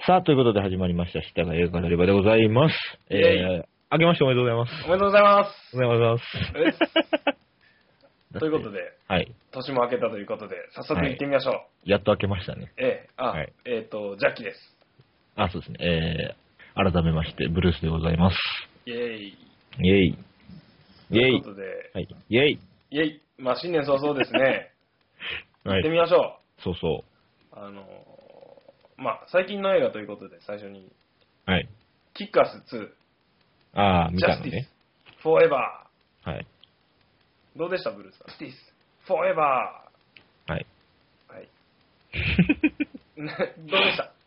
さあ、ということで始まりました、下が映画のレバでございます。明けましておめでとうございます。 おめでとうございます。 おめでとうございます。 ということで、 はい。 年も明けたということで、早速行ってみましょう。 やっと明けましたね。 ジャッキーです。 そうですね。改めまして、ブルースでございます。 イェイ。 イェイ。 ということで、 はい。イェイ。 イェイ。まあ、新年早々ですね。行ってみましょう。そうそう。 まあ、最近の映画ということで、最初に。 はい。 キックアス2。 見たのね。 フォーエバー。はい。 どうでしたブルースさん。フォーエバー。はい。 はい。どうでした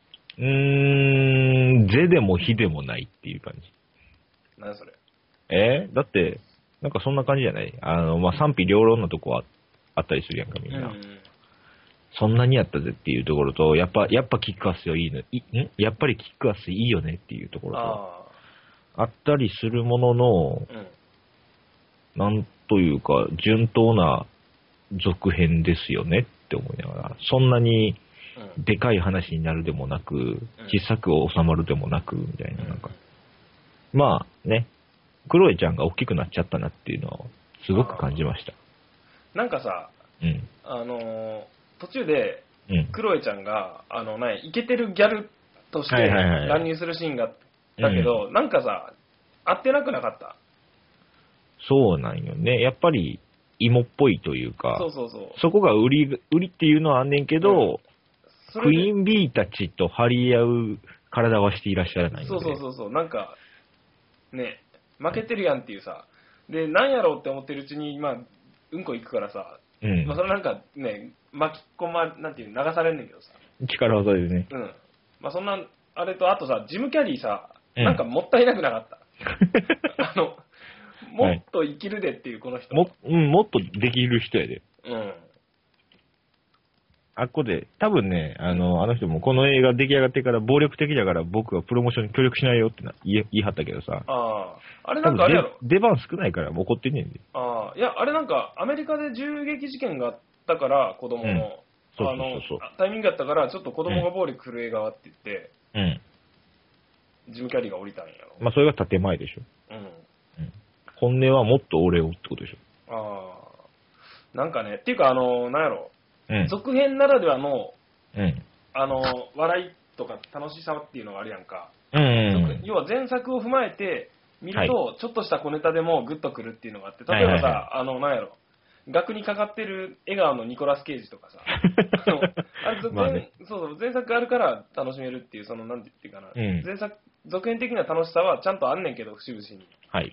是でも非でもないっていう感じ。 何それだって、なんかそんな感じじゃないまあ、賛否両論のとこはあったりするやんか、みんな。そんなにやったぜっていうところと、やっぱキックアスよいいの、やっぱりキックアスいいよねっていうところと、あったりするものの、なんというか、順当な続編ですよねって思いながら、そんなにでかい話になるでもなく、小さく収まるでもなく、みたいな、なんか。まあね、クロエちゃんが大きくなっちゃったなっていうのは、すごく感じました。 なんかさ、途中で、クロエちゃんが、イケてるギャルとして乱入するシーンがあったけど、なんかさ、合ってなくなかった？ そうなんよね。やっぱり、芋っぽいというか、そこが売りっていうのはあんねんけど、クイーンビーたちと張り合う体はしていらっしゃらないので。 そう、なんか、ね、負けてるやんっていうさ、で、なんやろうって思ってるうちに、まあ、うんこ行くからさ、まあ、それなんかね、なんていう、流されんねんけどさ。 力技でね。 まあ、そんな、あれと、あとさ、ジムキャリーさ、なんかもったいなくなかった。もっと生きるでっていう、この人。 もっとできる人やで。あっこで、多分ね、あの人もこの映画出来上がってから暴力的だから僕はプロモーションに協力しないよって言い張ったけどさ。 あれなんかあれやろ。 出番少ないから怒ってんねんで。 いや、あれなんかアメリカで銃撃事件があったから、子供の。タイミングだったから、ちょっと子供が暴力振る映画って言って、ジムキャリーが降りたんやろ。 まあそれが建前でしょ。本音はもっと俺をってことでしょ。なんかね、っていうかなんやろ。続編ならではの、笑いとか楽しさっていうのがあるやんか。要は前作を踏まえて見ると、ちょっとした小ネタでもグッとくるっていうのがあって、例えばさ、なんやろ、額にかかってる笑顔のニコラス・ケイジとかさ、あれ前作あるから楽しめるっていう、なんていうかな、前作、続編的な楽しさはちゃんとあんねんけど、節々に。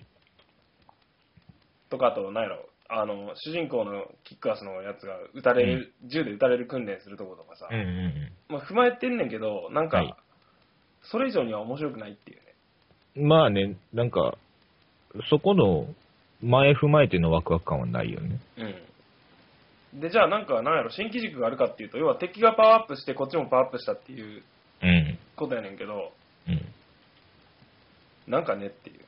とか、あと、なんやろ、主人公のキックアスのやつが銃で撃たれる訓練するとことかさ、まあ、踏まえてんねんけど、なんか、それ以上には面白くないっていうね。まあね、なんか、そこの前踏まえてのワクワク感はないよね。 で、じゃあなんか、なんやろ、新機軸があるかっていうと、要は敵がパワーアップしてこっちもパワーアップしたっていうことやねんけど、なんかねっていう。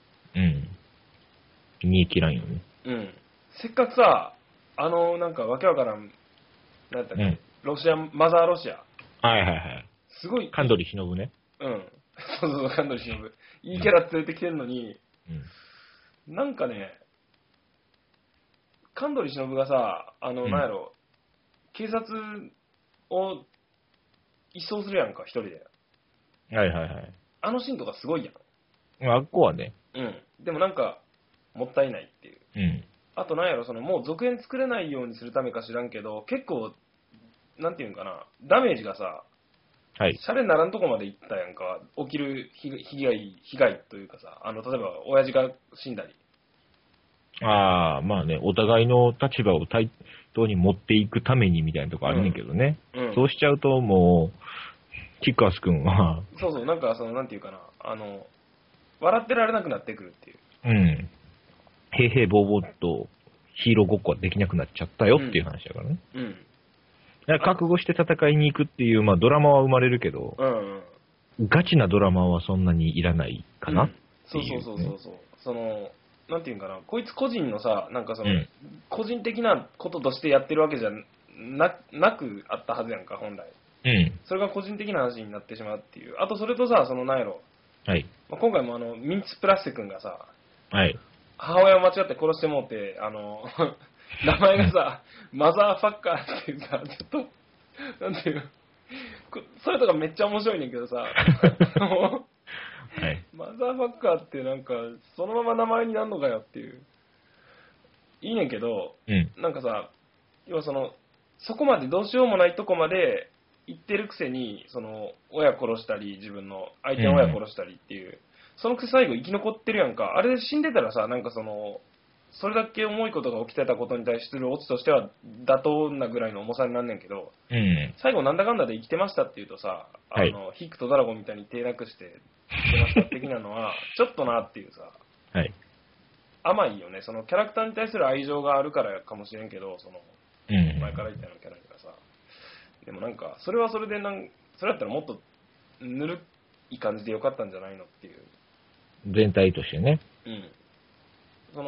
煮え切らんよね。 せっかくさ、なんかわけわからん、なんだっけ、マザーロシア。すごい。 神取忍ね。 そう、神取忍。いいキャラ連れてきてんのに、なんかね、神取忍がさ、なんやろ、警察を一掃するやんか、一人で。あのシーンとかすごいやん。 あっこはね。 でもなんか、もったいないっていう。あとなんやろ、もう続編作れないようにするためか知らんけど、結構、なんていうんかな、ダメージがさ、シャレにならんとこまでいったやんか、起きる被害というかさ、例えば親父が死んだり。 まあね、お互いの立場を対等に持っていくためにみたいなとこあるねんけどね。そうしちゃうともう、キックアス君は。 なんかなんていうかな、笑ってられなくなってくるっていう。 平々ボーボーとヒーローごっこはできなくなっちゃったよっていう話だからね。だから覚悟して戦いに行くっていう、まあドラマは生まれるけど、ガチなドラマはそんなにいらないかなっていう。 なんていうんかな、こいつ個人のさ、なんか個人的なこととしてやってるわけじゃなくあったはずやんか、本来。 うん。 それが個人的な話になってしまうっていう。あとそれとさ、なんやろ。 はい。 まあ、今回もミンツプラステ君がさ、 はい。 母親を間違って殺してもうて、名前がさ、マザーファッカーっていうさ、ちょっと、なんていうの、それとかめっちゃ面白いねんけどさ、 はい。 マザーファッカーってなんか、そのまま名前になんのかよっていう。いいねんけど、 うん。 なんかさ、要はそこまでどうしようもないとこまで行ってるくせに、親殺したり、自分の相手の親殺したりっていう、そのくせ最後生き残ってるやんか。あれで死んでたらさ、なんかそれだけ重いことが起きてたことに対するオチとしては妥当なぐらいの重さになんねんけど、 うん。 最後なんだかんだで生きてましたって言うとさ、 はい、 ヒックとドラゴンみたいに手なくして生きてました的なのは、ちょっとなっていうさ、 はい。 甘いよね。そのキャラクターに対する愛情があるからかもしれんけど、 うん。 前から言ったようなキャラにはさ、でもなんか、それはそれでそれだったらもっとぬるい感じでよかったんじゃないのっていう。 全体としてね。 うん。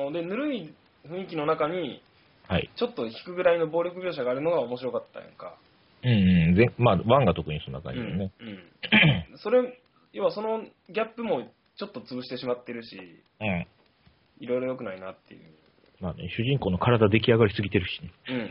で、ぬるい雰囲気の中に、 はい。 ちょっと引くぐらいの暴力描写があるのが面白かったやんか。 うんうん。まあ、ワンが特にそんな感じだよね。 うん。うん、要はそのギャップもちょっと潰してしまってるし、 うん。 いろいろ良くないなっていう。 まあね、主人公の体出来上がりすぎてるしね。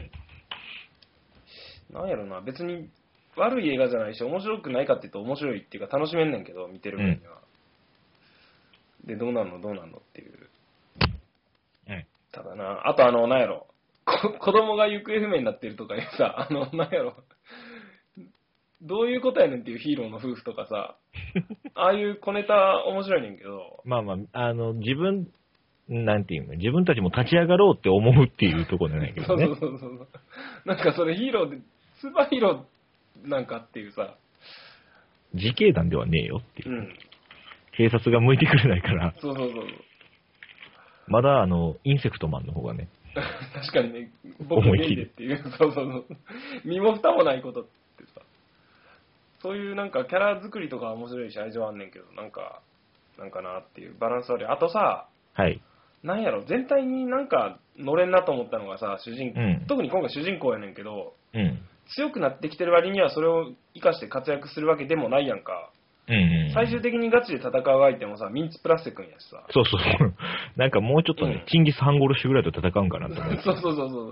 うん。なんやろな、別に悪い映画じゃないし、面白くないかって言うと面白いっていうか楽しめんねんけど、見てる分には。で、どうなんのっていう。 うん。 ただな、あとなんやろ、子供が行方不明になってるとかいうさ、なんやろ、どういうことやねんっていうヒーローの夫婦とかさ、ああいう小ネタ面白いねんけど。 まあまあ、なんていうの、自分たちも立ち上がろうって思うっていうところじゃないけどね。 そう。なんかそれヒーローで、スーパーヒーローなんかっていうさ。 自警団ではねえよっていう。 うん。 警察が向いてくれないから。 そう。 まだインセクトマンの方がね。 確かにね、僕ゲイでっていう、そう。身も蓋もないことってさ。そういうなんかキャラ作りとか面白いし愛情あんねんけど、なんかなっていうバランス悪い。あとさ、 はい。 なんやろ、全体になんか乗れんなと思ったのがさ、特に今回主人公やねんけど、 うん。 強くなってきてる割にはそれを生かして活躍するわけでもないやんか。最終的にガチで戦う相手もさ、ミンツプラステ君やしさ。 そう。なんかもうちょっとね、チンギス・ハン殺しぐらいと戦うんかなと思って。 そう。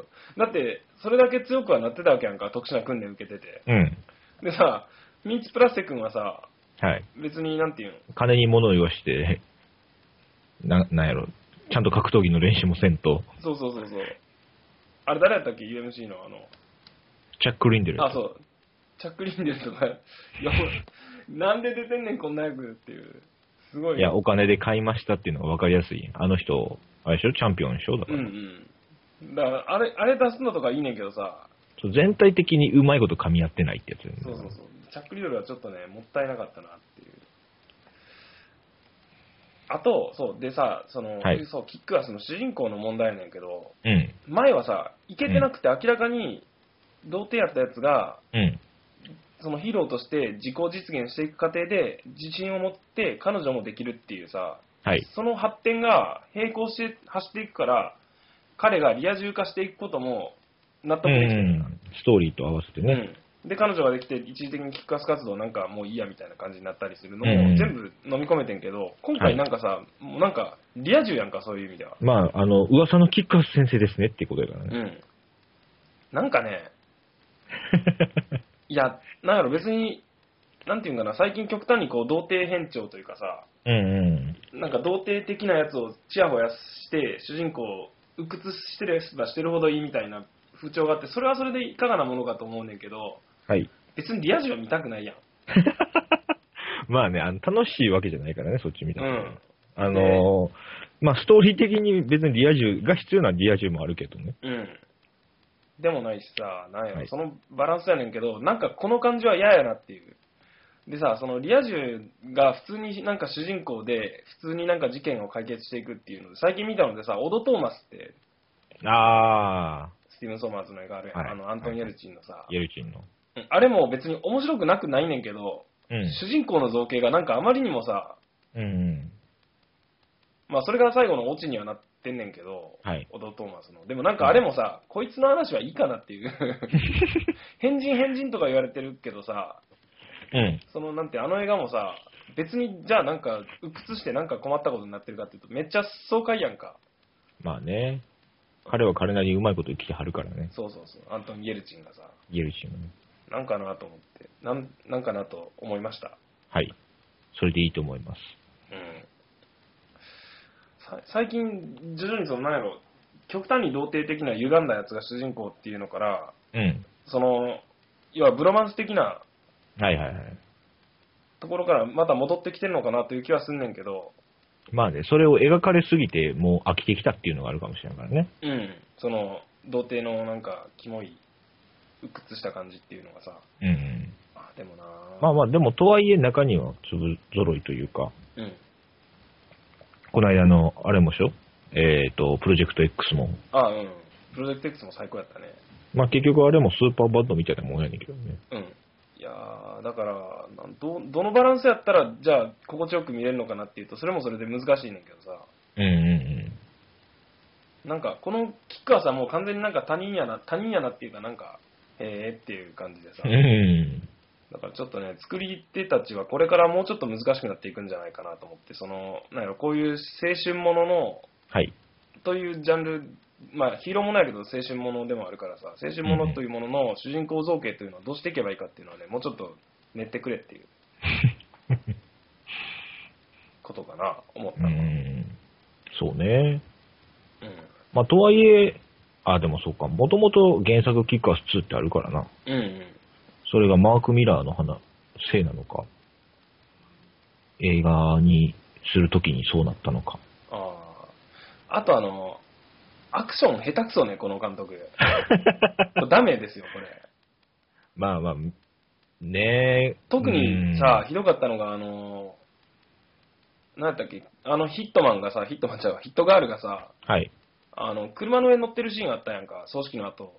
だって、それだけ強くはなってたわけやんか、特殊な訓練受けてて。 うん。 でさ、ミンツプラステ君はさ、 はい。 別になんていうの、 金に物を言わして、なんやろ、ちゃんと格闘技の練習もせんと。 そう。あれ誰やったっけ ?UMC のチャック・リンデル。 あ、そう。チャック・リンデルとか、いや、なんで出てんねん、こんな役っていう。すごい。 いや、お金で買いましたっていうのが分かりやすい。あの人、あれでしょチャンピオンでしょだから。 だから、あれ出すのとかいいねんけどさ。 全体的にうまいこと噛み合ってないってやつ、ね。 そう。チャック・リンデルはちょっとね、もったいなかったなっていう。あと、そう、でさ、 はい、 そう、キックアスの主人公の問題やねんけど、 うん。 前はさ、いけてなくて明らかに、童貞やったやつが、 うん。 そのヒーローとして自己実現していく過程で自信を持って彼女もできるっていうさ、 はい。 その発展が並行して走っていくから彼がリア充化していくことも納得できてる、 ストーリーと合わせてね、 で彼女ができて一時的にキックアス活動なんかもういいやみたいな感じになったりするのも全部飲み込めてんけど、今回なんかさ、もうなんかリア充やんか、そういう意味では。 まあ噂のキックアス先生ですねっていうことだからね。 なんかねいや、なんやろ、別に、なんていうんかな、最近極端にこう、童貞変調というかさ、なんか童貞的なやつをチヤホヤして、主人公を鬱屈してればしてるほどいいみたいな風潮があって、それはそれでいかがなものかと思うねんけど、 はい。 別にリア充は見たくないやん。 まあね、楽しいわけじゃないからね、そっち見たら。まあ、ストーリー的に別にリア充が必要なリア充もあるけどね。 でもないしさ、なんやろ、そのバランスやねんけど、なんかこの感じは嫌やなっていう。でさ、そのリア充が普通になんか主人公で、普通になんか事件を解決していくっていうので、最近見たのでさ、オド・トーマスって、スティーブン・ソーマーズの映画ある、アントン・エルチンのさ、 エルチンの。 あれも別に面白くなくないねんけど、主人公の造形がなんかあまりにもさ、まあそれが最後のオチにはなってんねんけど、オド・トーマスの。でもなんかあれもさ、こいつの話はいいかなっていう。 変人とか言われてるけどさ、なんて、あの映画もさ、別に、じゃあなんか、鬱屈してなんか困ったことになってるかっていうと、めっちゃ爽快やんか。 まあね。彼は彼なりにうまいこと生きてはるからね。 そう。アントン・イエルチンがさ。 イエルチンがね。 なんかなと思って。なんかなと思いました。 はい。それでいいと思います。 最近、徐々になんやろ、極端に童貞的な歪んだやつが主人公っていうのから、要はブロマンス的な、ところからまた戻ってきてるのかなという気はすんねんけど。 まあね、それを描かれすぎて、もう飽きてきたっていうのがあるかもしれないからね。 童貞のなんか、キモい、鬱屈した感じっていうのがさ。でもなまあ、でも、とはいえ中には粒揃いというか、この間の、あれもしょプロジェクト X も。 プロジェクト X も最高やったね。 まあ結局あれもスーパーバッドみたいなもんやねんけどね。 いやー、だから、どのバランスやったら、じゃあ、心地よく見れるのかなっていうと、それもそれで難しいねんけどさ。なんか、このキッカーさんもう完全になんか他人やなっていうか、なんか、へーっていう感じでさ。だからちょっとね、作り手たちはこれからもうちょっと難しくなっていくんじゃないかなと思って、なんやろ、こういう青春ものの、というジャンル、まあヒーローもないけど青春ものでもあるからさ、青春ものというものの主人公造形というのはどうしていけばいいかっていうのはね、もうちょっと練ってくれっていうことかな、思ったの。 そうね。まあとはいえ、でもそうか、もともと原作キッカース2ってあるからな。それがマーク・ミラーのせいなのか、映画にするときにそうなったのか。 あとアクション下手くそね、この監督。ダメですよ、これ。 まあ、ねえ。 特にさ、ひどかったのが、なんやったっけ、ヒットガールがさ、車の上に乗ってるシーンあったやんか、葬式の後。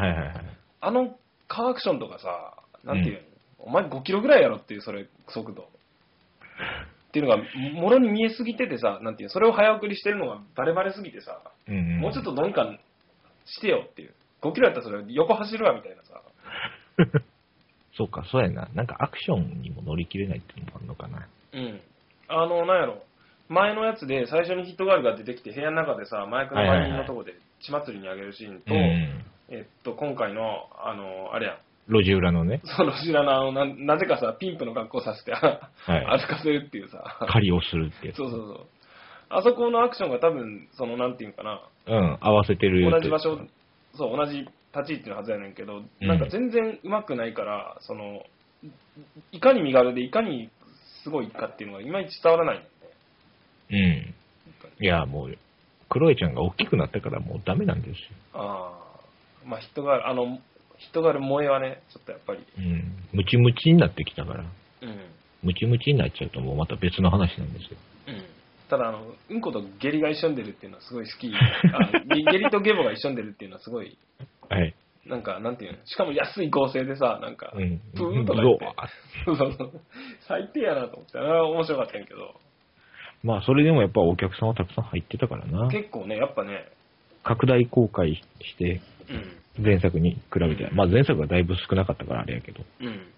カーアクションとかさ、なんていうの、お前5キロぐらいやろっていう、それ、速度。っていうのが、もろに見えすぎててさ、なんていう、それを早送りしてるのがバレバレすぎてさ、もうちょっとどうにかしてよっていう。5キロやったらそれ横走るわみたいなさ。 そうか、そうやな。なんかアクションにも乗り切れないっていうのもあるのかな。 なんやろ。前のやつで最初にヒットガールが出てきて部屋の中でさ、麻薬の売人のとこで血祭りにあげるシーンと、今回の、あれやん。 路地裏のね。 そう、路地裏のなぜかさ、ピンプの格好させて、歩かせるっていうさ。 狩りをするってやつ。 そう。あそこのアクションが多分、なんていうかな。 合わせてる。 同じ場所、そう、同じ立ち位置のはずやねんけど、なんか全然上手くないから、いかに身軽でいかにすごいかっていうのがいまいち伝わらないんだよね。 いや、もう、クロエちゃんが大きくなったからもうダメなんですよ。 まあヒットガール萌えはね、ちょっとやっぱり。 ムチムチになってきたから。ムチムチになっちゃうともうまた別の話なんですよ。 ただうんこと下痢が一緒に出るっていうのはすごい好き。下痢とゲボが一緒に出るっていうのはすごい。なんか、なんていうの、しかも安い合成でさ、なんか、プーンとか言って。最低やなと思って、面白かったんやけど。 まあ、それでもやっぱお客さんはたくさん入ってたからな。 結構ね、やっぱね。 拡大公開して、前作に比べて、まあ前作はだいぶ少なかったからあれやけど。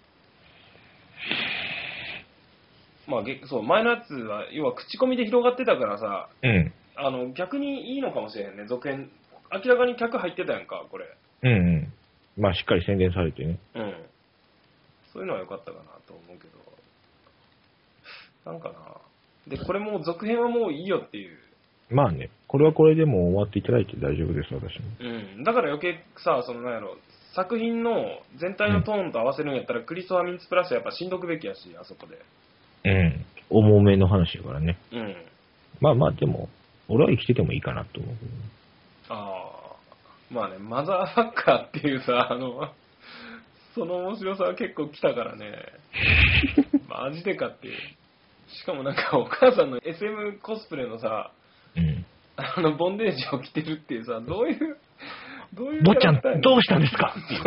まあ、そう、前のやつは、要は口コミで広がってたからさ、逆にいいのかもしれへんね、続編。明らかに客入ってたやんか、これ。 まあ、しっかり宣伝されてね。 そういうのは良かったかなと思うけど。なんかな。で、これもう続編はもういいよっていう。 まあね、これはこれでもう終わっていただいて大丈夫です、私も。だから余計さ、なんやろ、作品の全体のトーンと合わせるんやったら、クリストファー・ミンツプラスやっぱしんどくべきやし、あそこで。 重めの話やからね。まあまあ、でも、俺は生きててもいいかなと思うけどね。 まあね、マザーファッカーっていうさ、その面白さは結構来たからね。マジでかっていう。しかもなんかお母さんの SM コスプレのさ、ボンデージを着てるっていうさ、どういう坊ちゃん、どうしたんですかそう。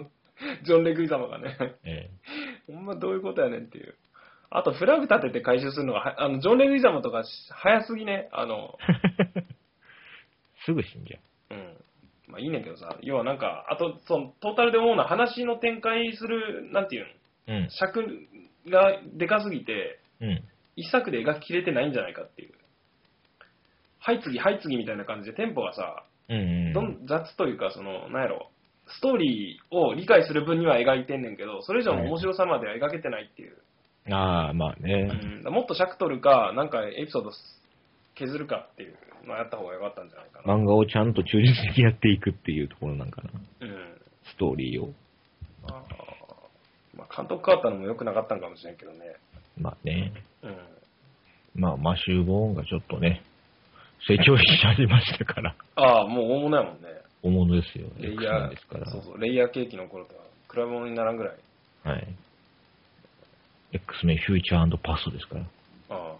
ジョン・レグイ様がね。ほんまどういうことやねんっていう。あと、フラグ立てて回収するのが、ジョン・レグイ様とか早すぎね。 すぐ死んじゃう。 まあいいねんけどさ、要はなんか、あと、その、トータルで思うのは話の展開する、なんていうの、尺がでかすぎて、一作で描ききれてないんじゃないかっていう。はい次、はい次みたいな感じでテンポがさ、雑というか、その、なんやろ、ストーリーを理解する分には描いてんねんけど、それ以上の面白さまでは描けてないっていう。 ああ、まあね。 もっと尺取るか、なんかエピソード削るかっていうのをやった方が良かったんじゃないかな。 漫画をちゃんと忠実にやっていくっていうところなんかな。ストーリーを。 まあ、監督変わったのも良くなかったんかもしれんけどね。 まあね。まあ、マシュー・ボーンがちょっとね、成長し始めましたから。 ああ、もう大物やもんね。 大物ですよ。 レイヤーですから。そうそう、レイヤーケーキの頃とは比べ物にならんぐらい。 はい。X メンフューチャー&パストですから。 ああ。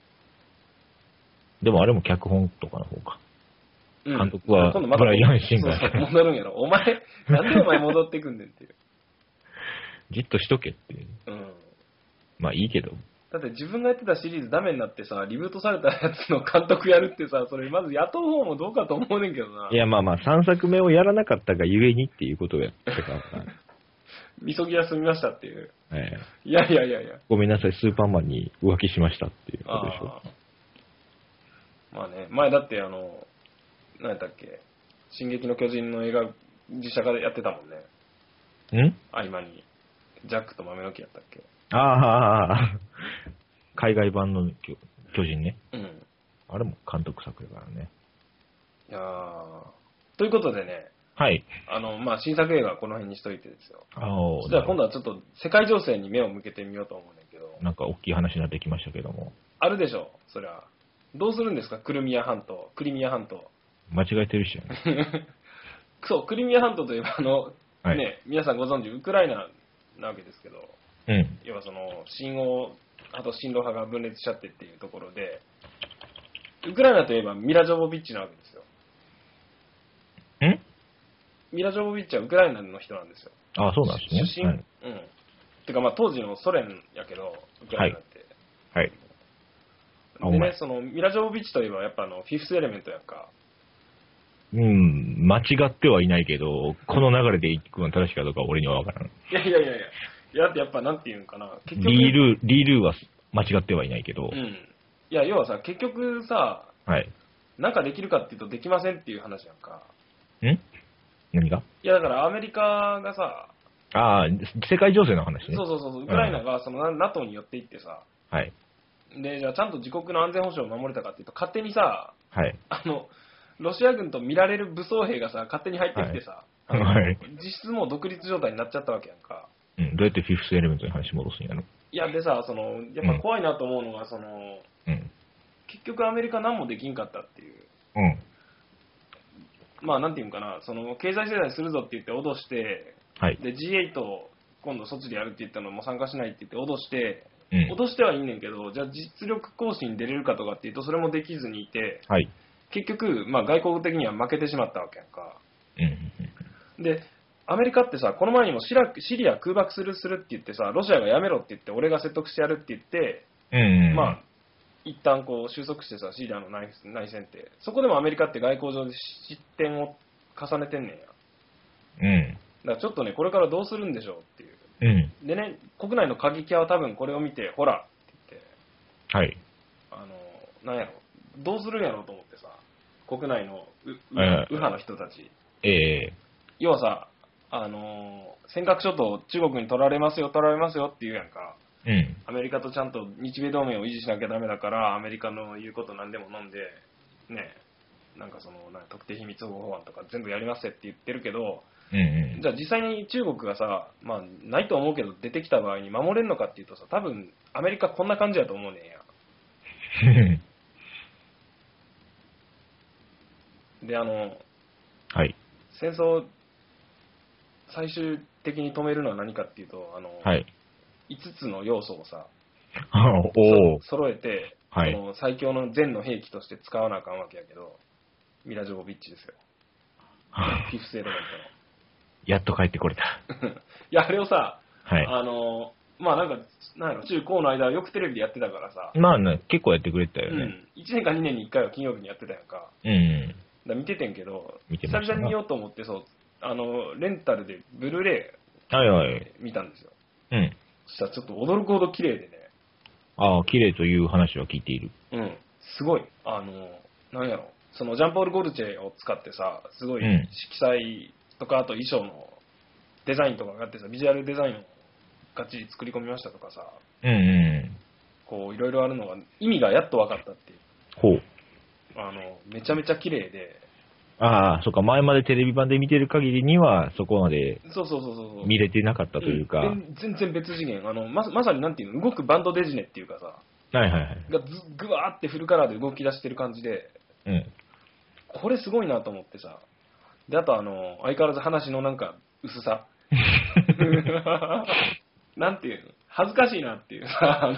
でもあれも脚本とかの方か。監督はブライアン・シンガー。 そう戻るんやろ。お前、なんでお前戻ってくんねんっていう。 じっとしとけっていう。まあいいけど。 だって自分がやってたシリーズダメになってさ、リブートされたやつの監督やるってさ、それまず雇う方もどうかと思うねんけどな。 いやまあまあ3作目をやらなかったがゆえにっていうことをやってたから。 みそぎ休みましたっていう。いやいやいやいや。 ごめんなさい、スーパーマンに浮気しましたっていうことでしょ。 まあね、前だって何やったっけ、進撃の巨人の映画実写化でやってたもんね。合間に。ジャックと豆の木やったっけ。 ああ、海外版の巨人ね。あれも監督作だからね。 いやー、ということでね。 はい。 まあ、新作映画はこの辺にしといてですよ。 そしたら今度はちょっと世界情勢に目を向けてみようと思うねんけど。 なんか大きい話になってきましたけども。 あるでしょ、そりゃ。どうするんですか、クリミア半島。 間違えてるしね。 そう、クリミア半島といえばね、皆さんご存知、ウクライナなわけですけど、要はその、親欧派と親ロ派が分裂しちゃってっていうところで、ウクライナといえばミラ・ジョボビッチなわけですよ。ミラ・ジョボビッチはウクライナの人なんですよ。 あ、そうなんですね。 出身、てかまあ当時のソ連やけど、ウクライナって。 はい。 でね、そのミラ・ジョボビッチといえばやっぱフィフスエレメントやんか。 間違ってはいないけど、この流れでいくのは正しいかどうかは俺には分からん。 いや、だってやっぱなんていうんかな、 結局。リールーは間違ってはいないけど。 いや、要はさ、結局さ、なんかできるかっていうとできませんっていう話やんか。 何が？ いや、だからアメリカがさ、 世界情勢の話ね。 そう、ウクライナがその NATO に寄っていってさ、で、じゃあちゃんと自国の安全保障を守れたかっていうと、勝手にさ、ロシア軍と見られる武装兵がさ、勝手に入ってきてさ、実質もう独立状態になっちゃったわけやんか。 どうやってフィフスエレメントに話戻すんやろ？ いや、でさ、やっぱ怖いなと思うのが、結局アメリカ何もできんかったっていう。まあ、なんていうんかな、経済制裁するぞって言って脅して、で、G8 を今度措置でやるって言ったのも参加しないって言って脅して、脅してはいいねんけど、じゃあ実力行使に出れるかとかっていうと、それもできずにいて、結局、まあ外交的には負けてしまったわけやんか。で、アメリカってさ、この前にもシリア空爆するって言ってさ、ロシアがやめろって言って、俺が説得してやるって言って、まあ、一旦こう収束してさ、シリアの内戦って、そこでもアメリカって外交上で失点を重ねてんねんや。だからちょっとね、これからどうするんでしょうっていう。でね、国内の過激派は多分これを見て、ほらって言って、なんやろ、どうするんやろうと思ってさ、国内の右派の人たち。要はさ、尖閣諸島中国に取られますよって言うやんか。アメリカとちゃんと日米同盟を維持しなきゃダメだから、アメリカの言うこと何でも飲んで、ね、なんか特定秘密保護法案とか全部やりますって言ってるけど、じゃあ実際に中国がさ、まあないと思うけど出てきた場合に守れるのかっていうとさ、多分アメリカこんな感じやと思うねんや。で、戦争最終的に止めるのは何かっていうと、5つの要素をさ、揃えて、最強の善の兵器として使わなあかんわけやけど、ミラ・ジョボビッチですよ。フィフスエレメントの。 やっと帰ってこれた。 いや、あれをさ、まあなんか、中高の間はよくテレビでやってたからさ。 まあね、結構やってくれてたよね。 1年か2年に1回は金曜日にやってたやんか。 だ見ててんけど、 久 々に見ようと思って、そう、レンタルでブルーレイ、 はいはい。 見たんですよ。 うん。 そしたらちょっと驚くほど綺麗でね。 ああ、綺麗という話は聞いている。 うん。すごい。なんやろ。そのジャンポール・ゴルチェを使ってさ、すごい色彩とか、あと衣装のデザインとかがあってさ、ビジュアルデザインをがっちり作り込みましたとかさ、 うんうん。 こう、いろいろあるのが、意味がやっと分かったっていう。 ほう。 めちゃめちゃ綺麗で。 ああ、そっか、前までテレビ版で見てる限りには、そこまで見れてなかったというか。 全然別次元。まさになんていうの、動くバンドデジネっていうかさ、 はいはいはい。 がぐわーってフルカラーで動き出してる感じで、 うん。 これすごいなと思ってさ。で、あと相変わらず話のなんか、薄さ。なんていうの、恥ずかしいなっていうさ、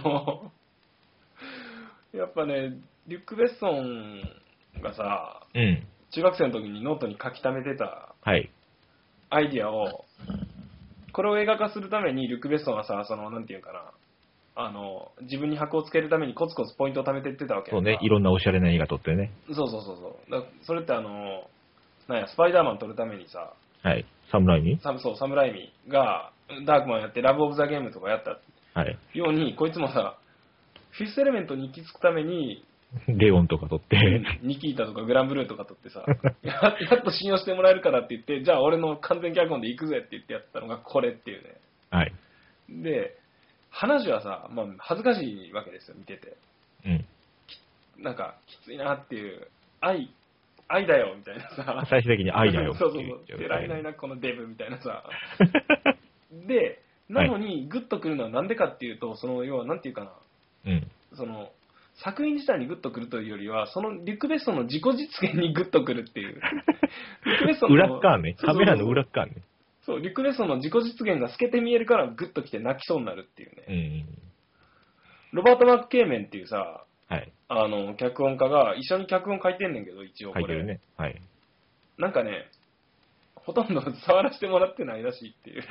やっぱね、リュック・ベッソンがさ、 うん。 中学生の時にノートに書き溜めてたはい。 アイディアを、これを映画化するためにリュック・ベッソンはさ、なんていうかな、自分に箔をつけるためにコツコツポイントを貯めていってたわけ。 そうね、いろんなおしゃれな映画撮ってね。 そう。それってなんや、スパイダーマン撮るためにさ、 はい。サムライミサムライミがダークマンやってラブ・オブ・ザ・ゲームとかやったように、こいつもさ、フィフスエレメントに行き着くために、 レオンとか撮って。 ニキータとかグランブルーとか撮ってさ、やっと信用してもらえるからって言って、じゃあ俺の完全脚本で行くぜって言ってやったのがこれっていうね。 はい。 で、話はさ、まあ恥ずかしいわけですよ、見てて。 うん。 なんか、きついなっていう、愛だよみたいなさ。 最終的に愛だよ。 そう。てらいないな、このデブみたいなさ。で、なのに、グッとくるのはなんでかっていうと、要はなんていうかな。 うん。 作品自体にグッとくるというよりは、リュック・ベッソンの自己実現にグッとくるっていう。リュック・ベッソンの裏側ね。カメラの裏側ね。 そう、リュック・ベッソンの自己実現が透けて見えるからグッときて泣きそうになるっていうね。ロバート・マック・ケーメンっていうさ、 はい。 脚本家が一緒に脚本書いてんねんけど、一応これ。 書いてるね。はい。 なんかね、ほとんど触らせてもらってないらしいっていう。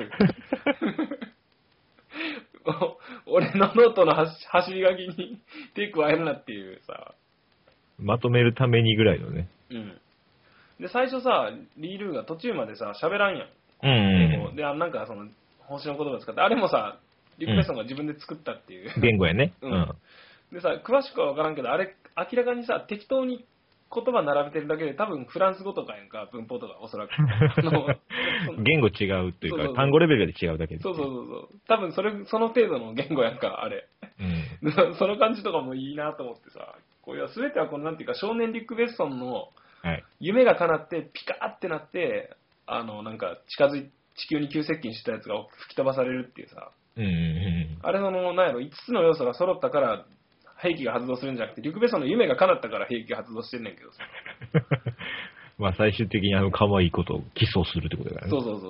俺のノートの走り書きに手加えるなっていうさ。 まとめるためにぐらいのね。 うん。で、最初さ、リールーが途中までさ、喋らんやん。 うん。 で、なんか方針の言葉使って、あれもさ、リュック・ベッソンが自分で作ったっていう。 言語やね。 うん。でさ、詳しくは分からんけど、あれ、明らかにさ、適当に言葉並べてるだけで、多分フランス語とかやんか、文法とか、おそらく。 言語違うというか、単語レベルで違うだけで。 そう。多分その程度の言語やんか、あれ。 うん、 その感じとかもいいなと思ってさ、すべてはなんていうか、少年リュック・ベッソンの夢が叶って、ピカーってなって、なんか地球に急接近したやつが吹き飛ばされるっていうさ、あれなんやろ、5つの要素が揃ったから、兵器が発動するんじゃなくて、リュック・ベッソンの夢が叶ったから兵器が発動してんねんけどさ。 まあ最終的に可愛いことを起訴するってことだからね。 そう。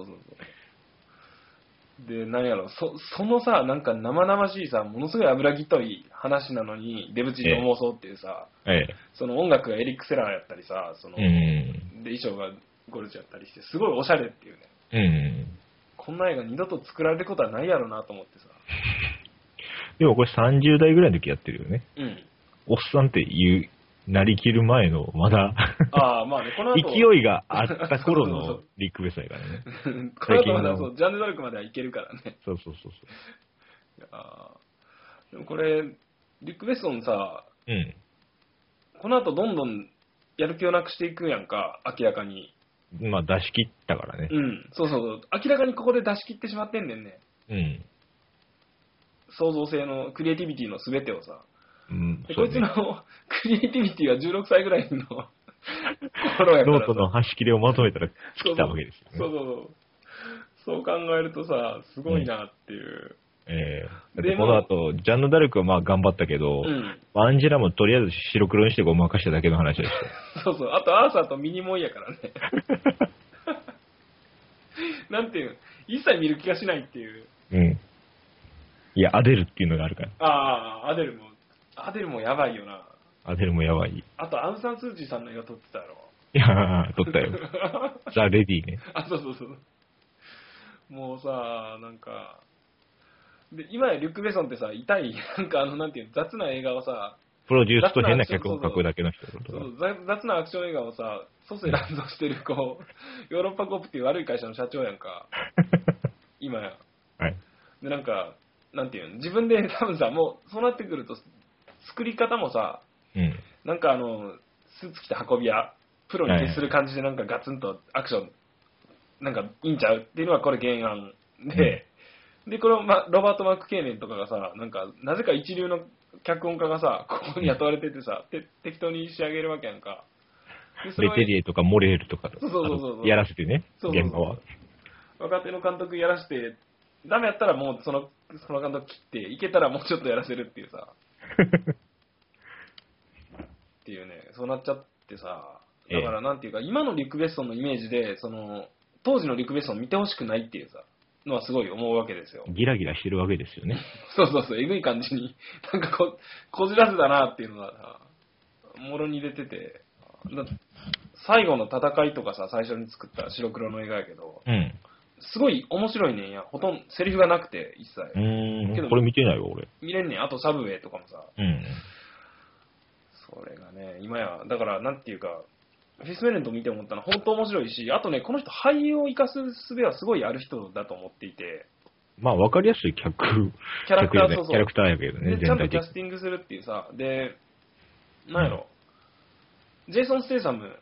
で、なんやろ、そのさ、なんか生々しいさ、ものすごい油ぎとい話なのに、デブチンの妄想っていうさ、その音楽がエリック・セラーやったりさ、で、衣装がゴルチやったりして、すごいおしゃれっていうね。こんな映画二度と作られることはないやろなと思ってさ。 でもこれ30代ぐらいの時やってるよね。 うん。 おっさんってなりきる前の、まだまあね、この後勢いがあった頃のリック・ベッソンやからね。 この後まだそう、ジャンヌ・ダルクまではいけるからね。 そう。 いやでもこれ、リック・ベッソンさ、この後どんどんやる気をなくしていくやんか、明らかに。 まあ出し切ったからね。 そう。明らかにここで出し切ってしまってんねんね。創造性の、クリエイティビティの全てをさ。こいつのクリエイティビティは16歳ぐらいの頃やからさ。 ノートの端切れをまとめたら尽きたわけですよね。 そう考えるとさ、すごいなっていう。 でこの後、ジャンヌ・ダルクはまあ頑張ったけど、アンジェラもとりあえず白黒にしてごまかしただけの話でした。 そう。あとアーサーとミニモンやからね。なんていう、一切見る気がしないっていう。 いや、アデルっていうのがあるから。 アデルもやばいよな。 アデルもやばい。 あと、アウン・サン・スー・チーさんの映画撮ってたやろ。 いや撮ったよ。ザ・レディね。 そう。もうさ、なんか、で、今やリュック・ベソンってさ、痛い、なんかなんていう雑な映画をさ、 プロデュースと変な脚本書くだけの人とか。 雑なアクション映画をさ、蘇生乱造してる、こう、ヨーロッパコープっていう悪い会社の社長やんか。今や。 はい。 で、なんか、なんていうの、自分で多分さ、もう、そうなってくると、作り方もさ、なんかスーツ着た運び屋、プロに徹する感じでなんかガツンとアクション、なんかいいんちゃうっていうのはこれ原案で、で、この、ロバート・マック・ケーネンとかがさ、なんか、なぜか一流の脚本家がさ、ここに雇われててさ、適当に仕上げるわけやんか。 レテリエとかモレールとかやらせてね、 そう現場は。 若手の監督やらせて、ダメやったらもうその監督切って、いけたらもうちょっとやらせるっていうさ。っていうね、そうなっちゃってさ、だからなんていうか、今のリクベストンのイメージで、当時のリクベストンを見てほしくないっていうさ、のはすごい思うわけですよ。 ギラギラしてるわけですよね。 そう、えぐい感じに、なんかこじらせだなっていうのがもろに入れてて、最後の戦いとかさ、最初に作った白黒の映画やけど、すごい面白いねんや。ほとんどセリフがなくて、一切。 けどこれ見てないわ、俺。 見れんねん。あとサブウェイとかもさ。それがね、今や、だからなんていうか、フィスメレント見て思ったのは本当面白いし、あとね、この人俳優を生かす術はすごいある人だと思っていて。 まあ、わかりやすいキャラクター、キャラクターやけどね、 ちゃんとキャスティングするっていうさ、で、なんやろ、ジェイソン・ステイサム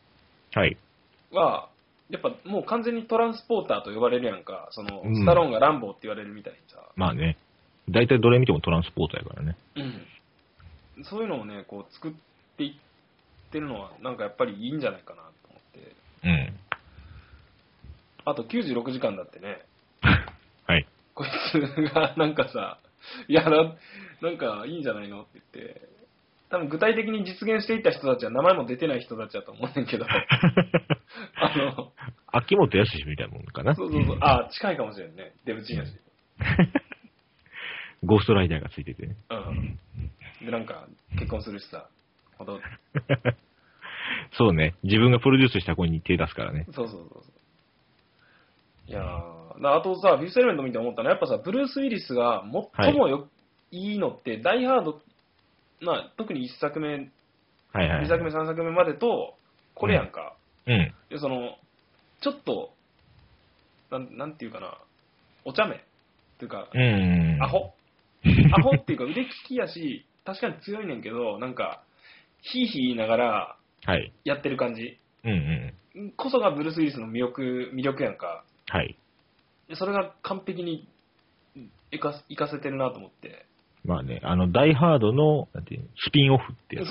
は、やっぱもう完全にトランスポーターと呼ばれるやんか、スタローンがランボーって言われるみたいにさ。 まあね、大体どれ見てもトランスポーターやからね。 そういうのをね、こう作っていってるのは、なんかやっぱりいいんじゃないかなと思って。あと96時間だってね。 はい。 こいつがなんかさ、いやなんかいいんじゃないのって言って、多分具体的に実現していった人たちは名前も出てない人たちだと思うねんけど。 秋元康みたいなもんかな。 そう。近いかもしれんね。デブチンやし。 ゴーストライダーがついててね。 で、なんか、結婚するしさ。 そうね。自分がプロデュースした子に手出すからね。 そう。いやー、あとさ、フィフスエレメント見て思ったのは、やっぱさ、ブルース・ウィリスが最もいいのって、ダイハード、特に1作目、2作目、3作目までと、これやんか。で、ちょっと、なんていうかな、お茶目っていうか、アホっていうか腕利きやし、確かに強いねんけど、なんか、ヒーヒー言いながら、やってる感じ。こそがブルース・ウィリスの魅力やんか。それが完璧に活かせてるなと思って。 まあね、ダイハードの、なんていうの、スピンオフってやつ。 そう。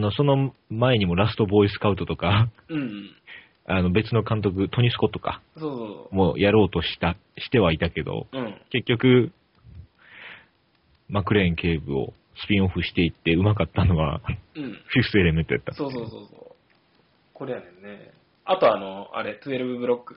その前にもラストボーイスカウトとか、別の監督、トニー・スコットか。もうやろうとしてはいたけど、結局、マクレーン警部をスピンオフしていってうまかったのは、フィフスエレメントやった。 そう。これやねんね。あとあれ、12ブロック。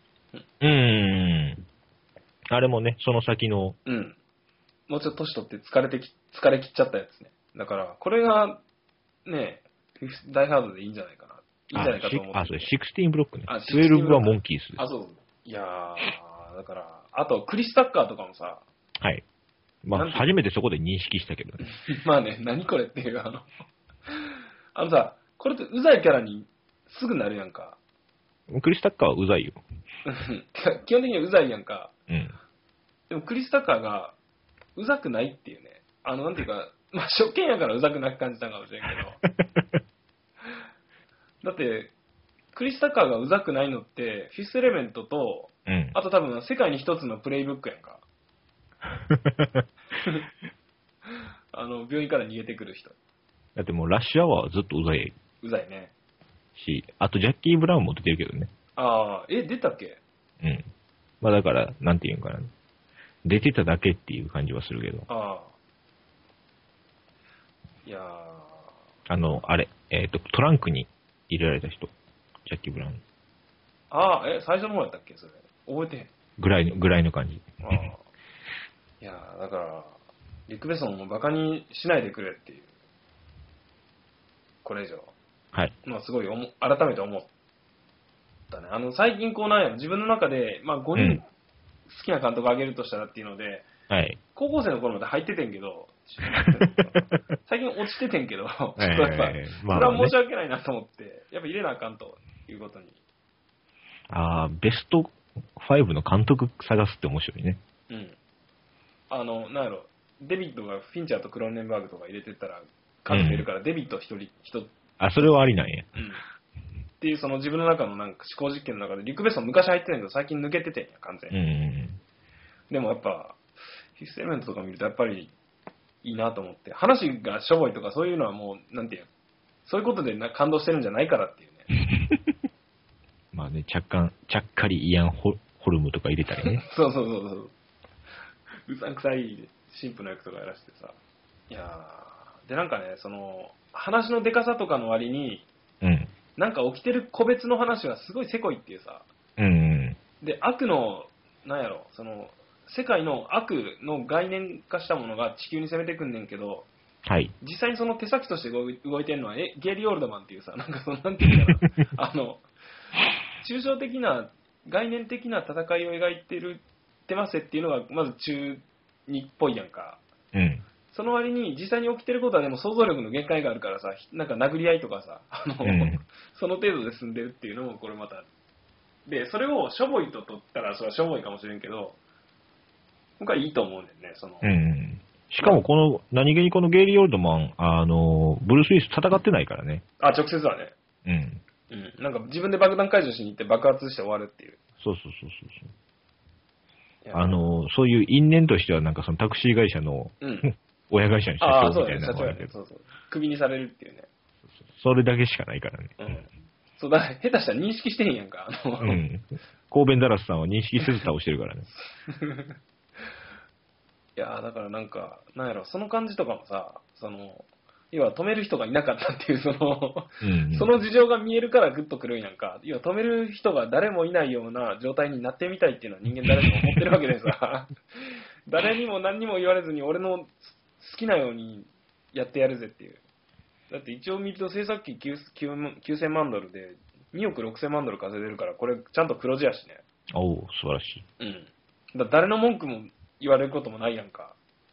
あれもね、その先の。 もうちょっと年取って疲れ切っちゃったやつね。だから、これが、ね、ダイハードでいいんじゃないかな。いいんじゃないかと思って。 それ16ブロックね。12はモンキース。 そう。いやー、だから、あと、クリス・タッカーとかもさ。 まあ、初めてそこで認識したけどね。 まあね、何これっていう、さ、これってうざいキャラにすぐなるやんか。 クリス・タッカーはうざいよ。 基本的にはうざいやんか。でもクリス・タッカーがうざくないっていうね。なんていうか、まあ、初見やからうざくなく感じたかもしれんけど。だって、クリス・タッカーがうざくないのって、フィフスエレメントと、あと多分世界に一つのプレイブックやんか。病院から逃げてくる人。 だってもうラッシュアワーはずっとうざい。 うざいね。 あとジャッキー・ブラウンも出てるけどね。 出たっけ？ まあだから、なんていうんかな。出てただけっていう感じはするけど。 いやあれ、トランクに入れられた人。ジャッキー・ブラウン。 最初の方やったっけそれ。覚えてへん。 ぐらいの感じ。 いやだから、リクベソンもバカにしないでくれっていう。これ以上。すごい改めて思ったね。最近自分の中で、まあ5人好きな監督を挙げるとしたらっていうので、高校生の頃まで入っててんけど、 最近落ちててんけど、ちょっとやっぱ、それは申し訳ないなと思って、やっぱ入れなあかんということに。 ベスト5の監督探すって面白いね。 うん。なんやろ、デビッドがフィンチャーとクローネンバーグとか入れてったら、数増えるから、デビッド一人。 それはありなんや。 うん。っていう、その自分の中のなんか思考実験の中で、リクベスト昔入ってないけど、最近抜けててんや、完全に。でもやっぱ、フィフスエレメントとか見ると、やっぱり、いいなと思って。話がしょぼいとか、そういうのはもう、なんていうの、そういうことで感動してるんじゃないからっていうね。 まあね、ちゃっかりイアンホルムとか入れたりね。 そう。うさんくさい神父の役とかやらせてさ。いやー、でなんかね、その、話のデカさとかの割に、なんか起きてる個別の話はすごいせこいっていうさ。で、悪の、なんやろ、その、世界の悪の概念化したものが地球に攻めてくんねんけど、 はい。 実際にその手先として動いてるのは、ゲイリー・オールドマンっていうさ、なんかその、なんていうかな、抽象的な、概念的な戦いを描いてるってますっていうのが、まず中二っぽいやんか。その割に、実際に起きてることはでも想像力の限界があるからさ、なんか殴り合いとかさ、その程度で済んでるっていうのも、これまた。で、それをしょぼいと取ったら、それはしょぼいかもしれんけど、今回いいと思うねんね、その。 しかも何気にこのゲイリー・オールドマン、ブルース・ウィリス戦ってないからね。 直接はね。なんか自分で爆弾解除しに行って爆発して終わるっていう。 そう。そういう因縁としては、なんかそのタクシー会社の、親会社の社長みたいなのがあるけど。 そう。クビにされるっていうね。 それだけしかないからね。 そうだ、下手したら認識してへんやんか。 神戸ダラスさんは認識せず倒してるからね。 いやだからなんか、なんやろ、その感じとかもさ、その、要は止める人がいなかったっていう、その事情が見えるからグッとくるんやんか。要は止める人が誰もいないような状態になってみたいっていうのは人間誰でも思ってるわけでさ、誰にも何にも言われずに俺の好きなようにやってやるぜっていう。だって一応見ると制作費9000万ドルで2億6000万ドル稼いでるから、これちゃんと黒字やしね。 おお、素晴らしい。誰の文句も言われることもないやんか。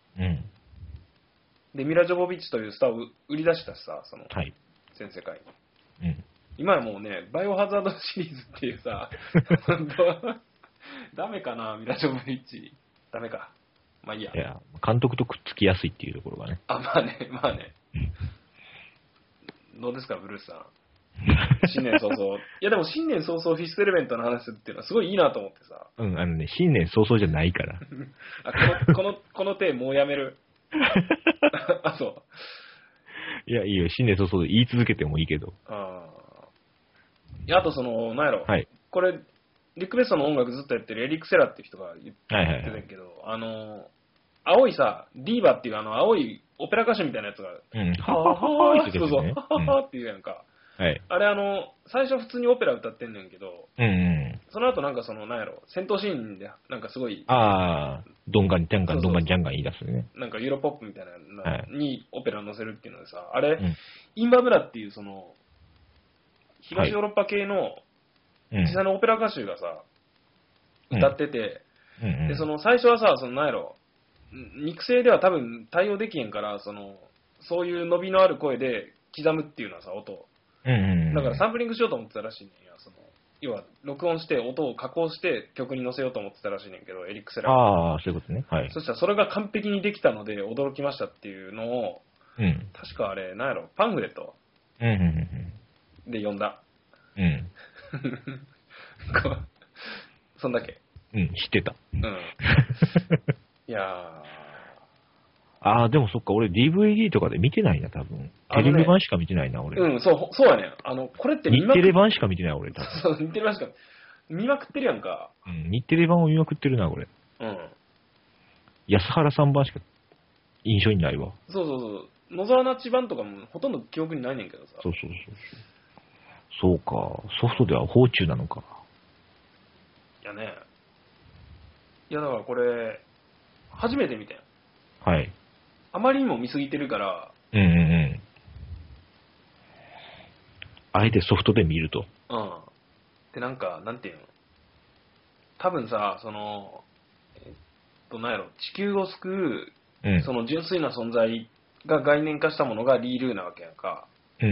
で、ミラ・ジョボビッチというスターを売り出したしさ、その、全世界に。今はもうね、バイオハザードシリーズっていうさ、ダメかな、ミラ・ジョボビッチ。ダメか。まあいいや。 いや、監督とくっつきやすいっていうところがね。 まあね。どうですか、ブルースさん。新年早々。いやでも新年早々フィストエレメントの話するっていうのはすごいいいなと思ってさ。 新年早々じゃないから。 この手もうやめる。そう。 いや、いいよ。新年早々で言い続けてもいいけど。 いや、あとその、なんやろ。これ、リクベストの音楽ずっとやってるエリック・セラっていう人が言ってたんやけど、青いさ、ディーバっていう青いオペラ歌手みたいなやつが、はははって言う、はははって言うやんか。あれ最初普通にオペラ歌ってんねんけど、その後なんかその、なんやろ、戦闘シーンで、なんかすごい、 ドンガンジャンガン、ドンガンジャンガン言い出すね。 なんかユーロポップみたいなのにオペラを載せるっていうのでさ、あれ、インバブラっていうその、東ヨーロッパ系の、実際のオペラ歌手がさ、歌ってて、で、その最初はさ、そのなんやろ、肉声では多分対応できへんから、そういう伸びのある声で刻むっていうのはさ、音。だからサンプリングしようと思ってたらしいねんや。要は、録音して音を加工して曲に載せようと思ってたらしいねんけど、エリック・セラー。そういうことね。 そしたらそれが完璧にできたので驚きましたっていうのを、確かあれ、なんやろ、パンフレットで読んだ。そんだけ。 知ってた。 いやでもそっか、俺 DVD とかで見てないな、多分。テレビ版しか見てないな、俺。 そうやねん。これって日テレ版しか見てない、俺、多分。 そう、日テレ版しか見まくってるやんか。 日テレ版を見まくってるな、俺。安原さん版しか印象にないわ。 そう。野沢那智版とかもほとんど記憶にないねんけどさ。 そうか、ソフトでは放中なのか。 いやね。いやだからこれ、初めて見たよ。あまりにも見すぎてるから。 あえてソフトで見ると。 で、なんか、なんていうの。多分さ、なんやろ、地球を救うその純粋な存在が概念化したものがリールーなわけやんか。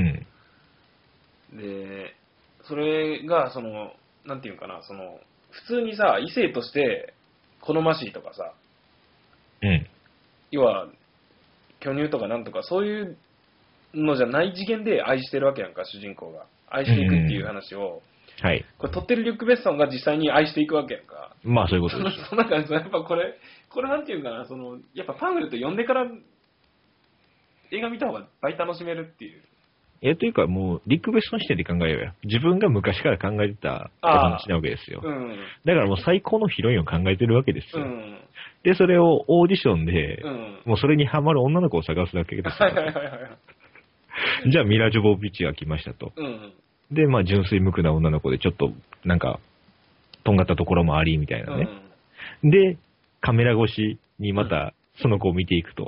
で、それが、なんていうかな、普通にさ、異性として好ましいとかさ、要は、巨乳とかなんとか、そういうのじゃない次元で愛してるわけやんか、主人公が。愛していくっていう話を、 はい。 これ撮ってるリュック・ベッソンが実際に愛していくわけやんか。 まあそういうことです。 その中でやっぱこれなんていうかな、やっぱパンフレット読んでから映画見た方がいっぱい楽しめるっていう。 というかもう、リック・ベッソン視点で考えようや。自分が昔から考えてたお話なわけですよ。だからもう最高のヒロインを考えてるわけですよ。で、それをオーディションで、もうそれにハマる女の子を探すだけですよ。じゃあミラ・ジョボビッチが来ましたと。で、まあ純粋無垢な女の子でちょっとなんか、とんがったところもありみたいなね。で、カメラ越しにまたその子を見ていくと。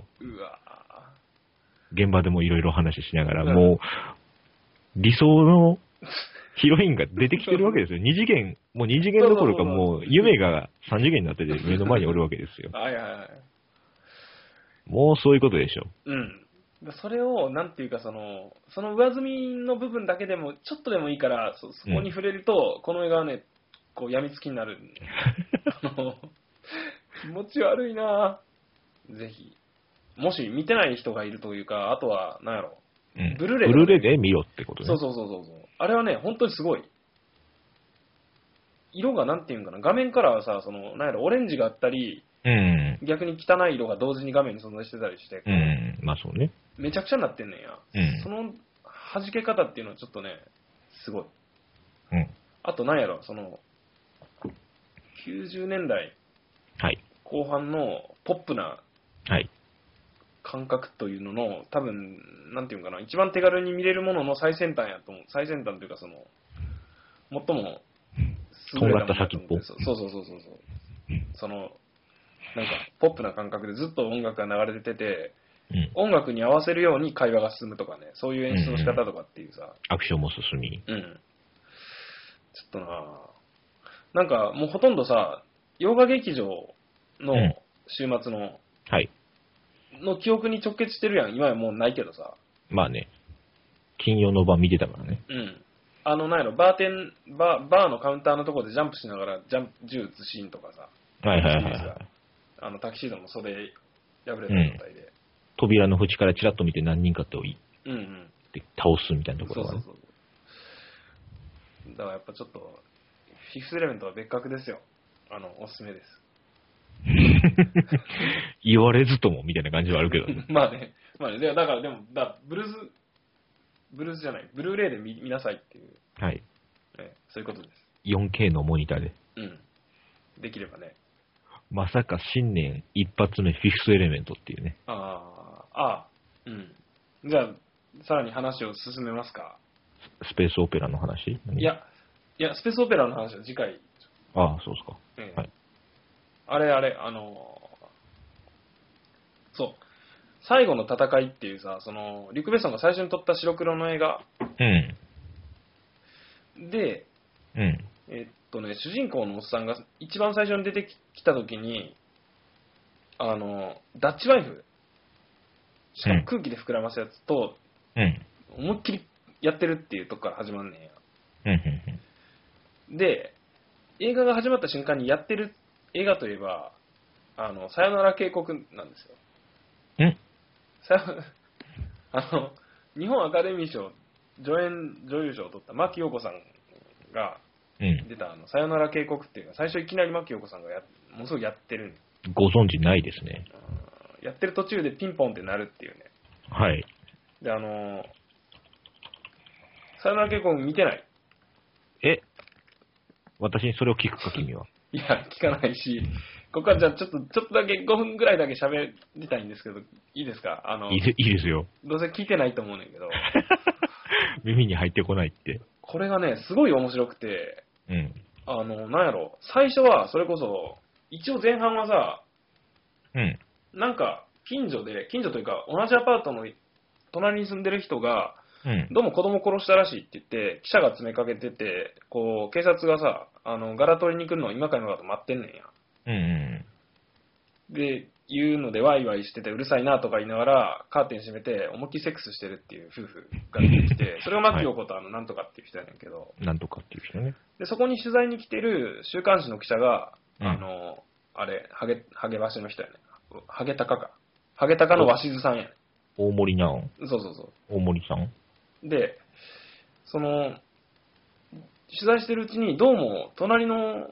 現場でもいろいろ話しながら、もう、理想のヒロインが出てきてるわけですよ。もう二次元どころかもう夢が三次元になってて目の前におるわけですよ。もうそういうことでしょ。 それを、なんていうかその上積みの部分だけでも、ちょっとでもいいから、そこに触れると、この映画はね、こう、病みつきになる。気持ち悪いなぁ。ぜひ。もし見てない人がいるというか、あとは、なんやろ。ブルーレイで見ろってことね。 そう。あれはね、本当にすごい。色がなんていうんかな、画面からはさ、なんやろ、オレンジがあったり、逆に汚い色が同時に画面に存在してたりして、 まあそうね。 めちゃくちゃになってんねんや。その弾け方っていうのはちょっとね、すごい。あとなんやろ、90年代後半のポップな感覚というのの、多分、なんていうかな、一番手軽に見れるものの最先端やと思う。最先端というか、最も優れたものだと思って。 そう。なんか、ポップな感覚でずっと音楽が流れてて、音楽に合わせるように会話が進むとかね、そういう演出の仕方とかっていうさ。 アクションも進み。 ちょっとなんかもうほとんどさ、洋画劇場の週末の、の記憶に直結してるやん。今はもうないけどさ。 まあね。金曜の晩見てたからね。 なんやろ、バーのカウンターのところでジャンプしながら銃撃つシーンとかさ。タキシードの袖破れた状態で。 扉の縁からチラッと見て何人かってで倒すみたいなところがね。 だからやっぱちょっと、フィフスエレメントは別格ですよ。おすすめです。 言われずともみたいな感じはあるけどね。 まあね。だからでも、ブルースじゃない、ブルーレイで見なさいっていう。そういうことです。 4K のモニターで。 できればね。 まさか新年一発目フィフスエレメントっていうね。 じゃあ、さらに話を進めますか。 スペースオペラの話？ いや、スペースオペラの話は次回。 そうですか。 あれ、そう。最後の戦いっていうさ、リュック・ベッソンが最初に撮った白黒の映画。で、主人公のおっさんが一番最初に出てきた時に、ダッチワイフ、しかも空気で膨らますやつと、思いっきりやってるっていうとこから始まんねんや。で、映画が始まった瞬間にやってる映画といえば、さよなら渓谷なんですよ。日本アカデミー賞女優賞を取った牧陽子さんが出たさよなら渓谷っていうのは、最初いきなり牧陽子さんがものすごいやってる。 ご存知ないですね。 やってる途中でピンポンって鳴るっていうね。で、さよなら渓谷見てない？ 私にそれを聞くか、君は。 いや、聞かないし、ここはじゃあちょっとだけ5分ぐらいだけ喋りたいんですけど、いいですか？ いいですよ。 どうせ聞いてないと思うねんけど。 耳に入ってこないって。 これがね、すごい面白くて、なんやろ、最初はそれこそ、一応前半はさ、なんか近所というか同じアパートの隣に住んでる人が、どうも子供殺したらしいって言って、記者が詰めかけてて、警察がさ、柄取りに来るのを今か今かと待ってんねんや。 で、言うのでワイワイしててうるさいなとか言いながら、カーテン閉めて思いっきりセックスしてるっていう夫婦が出てきて、それを牧陽子となんとかっていう人やねんけど、 なんとかっていう人ね。 で、そこに取材に来てる週刊誌の記者が、あれ、ハゲ橋の人やねん。ハゲタカか。ハゲタカの鷲津さんやねん。 大森なの？ そうそうそう。 大森さん？ で、取材してるうちに、どうも、隣の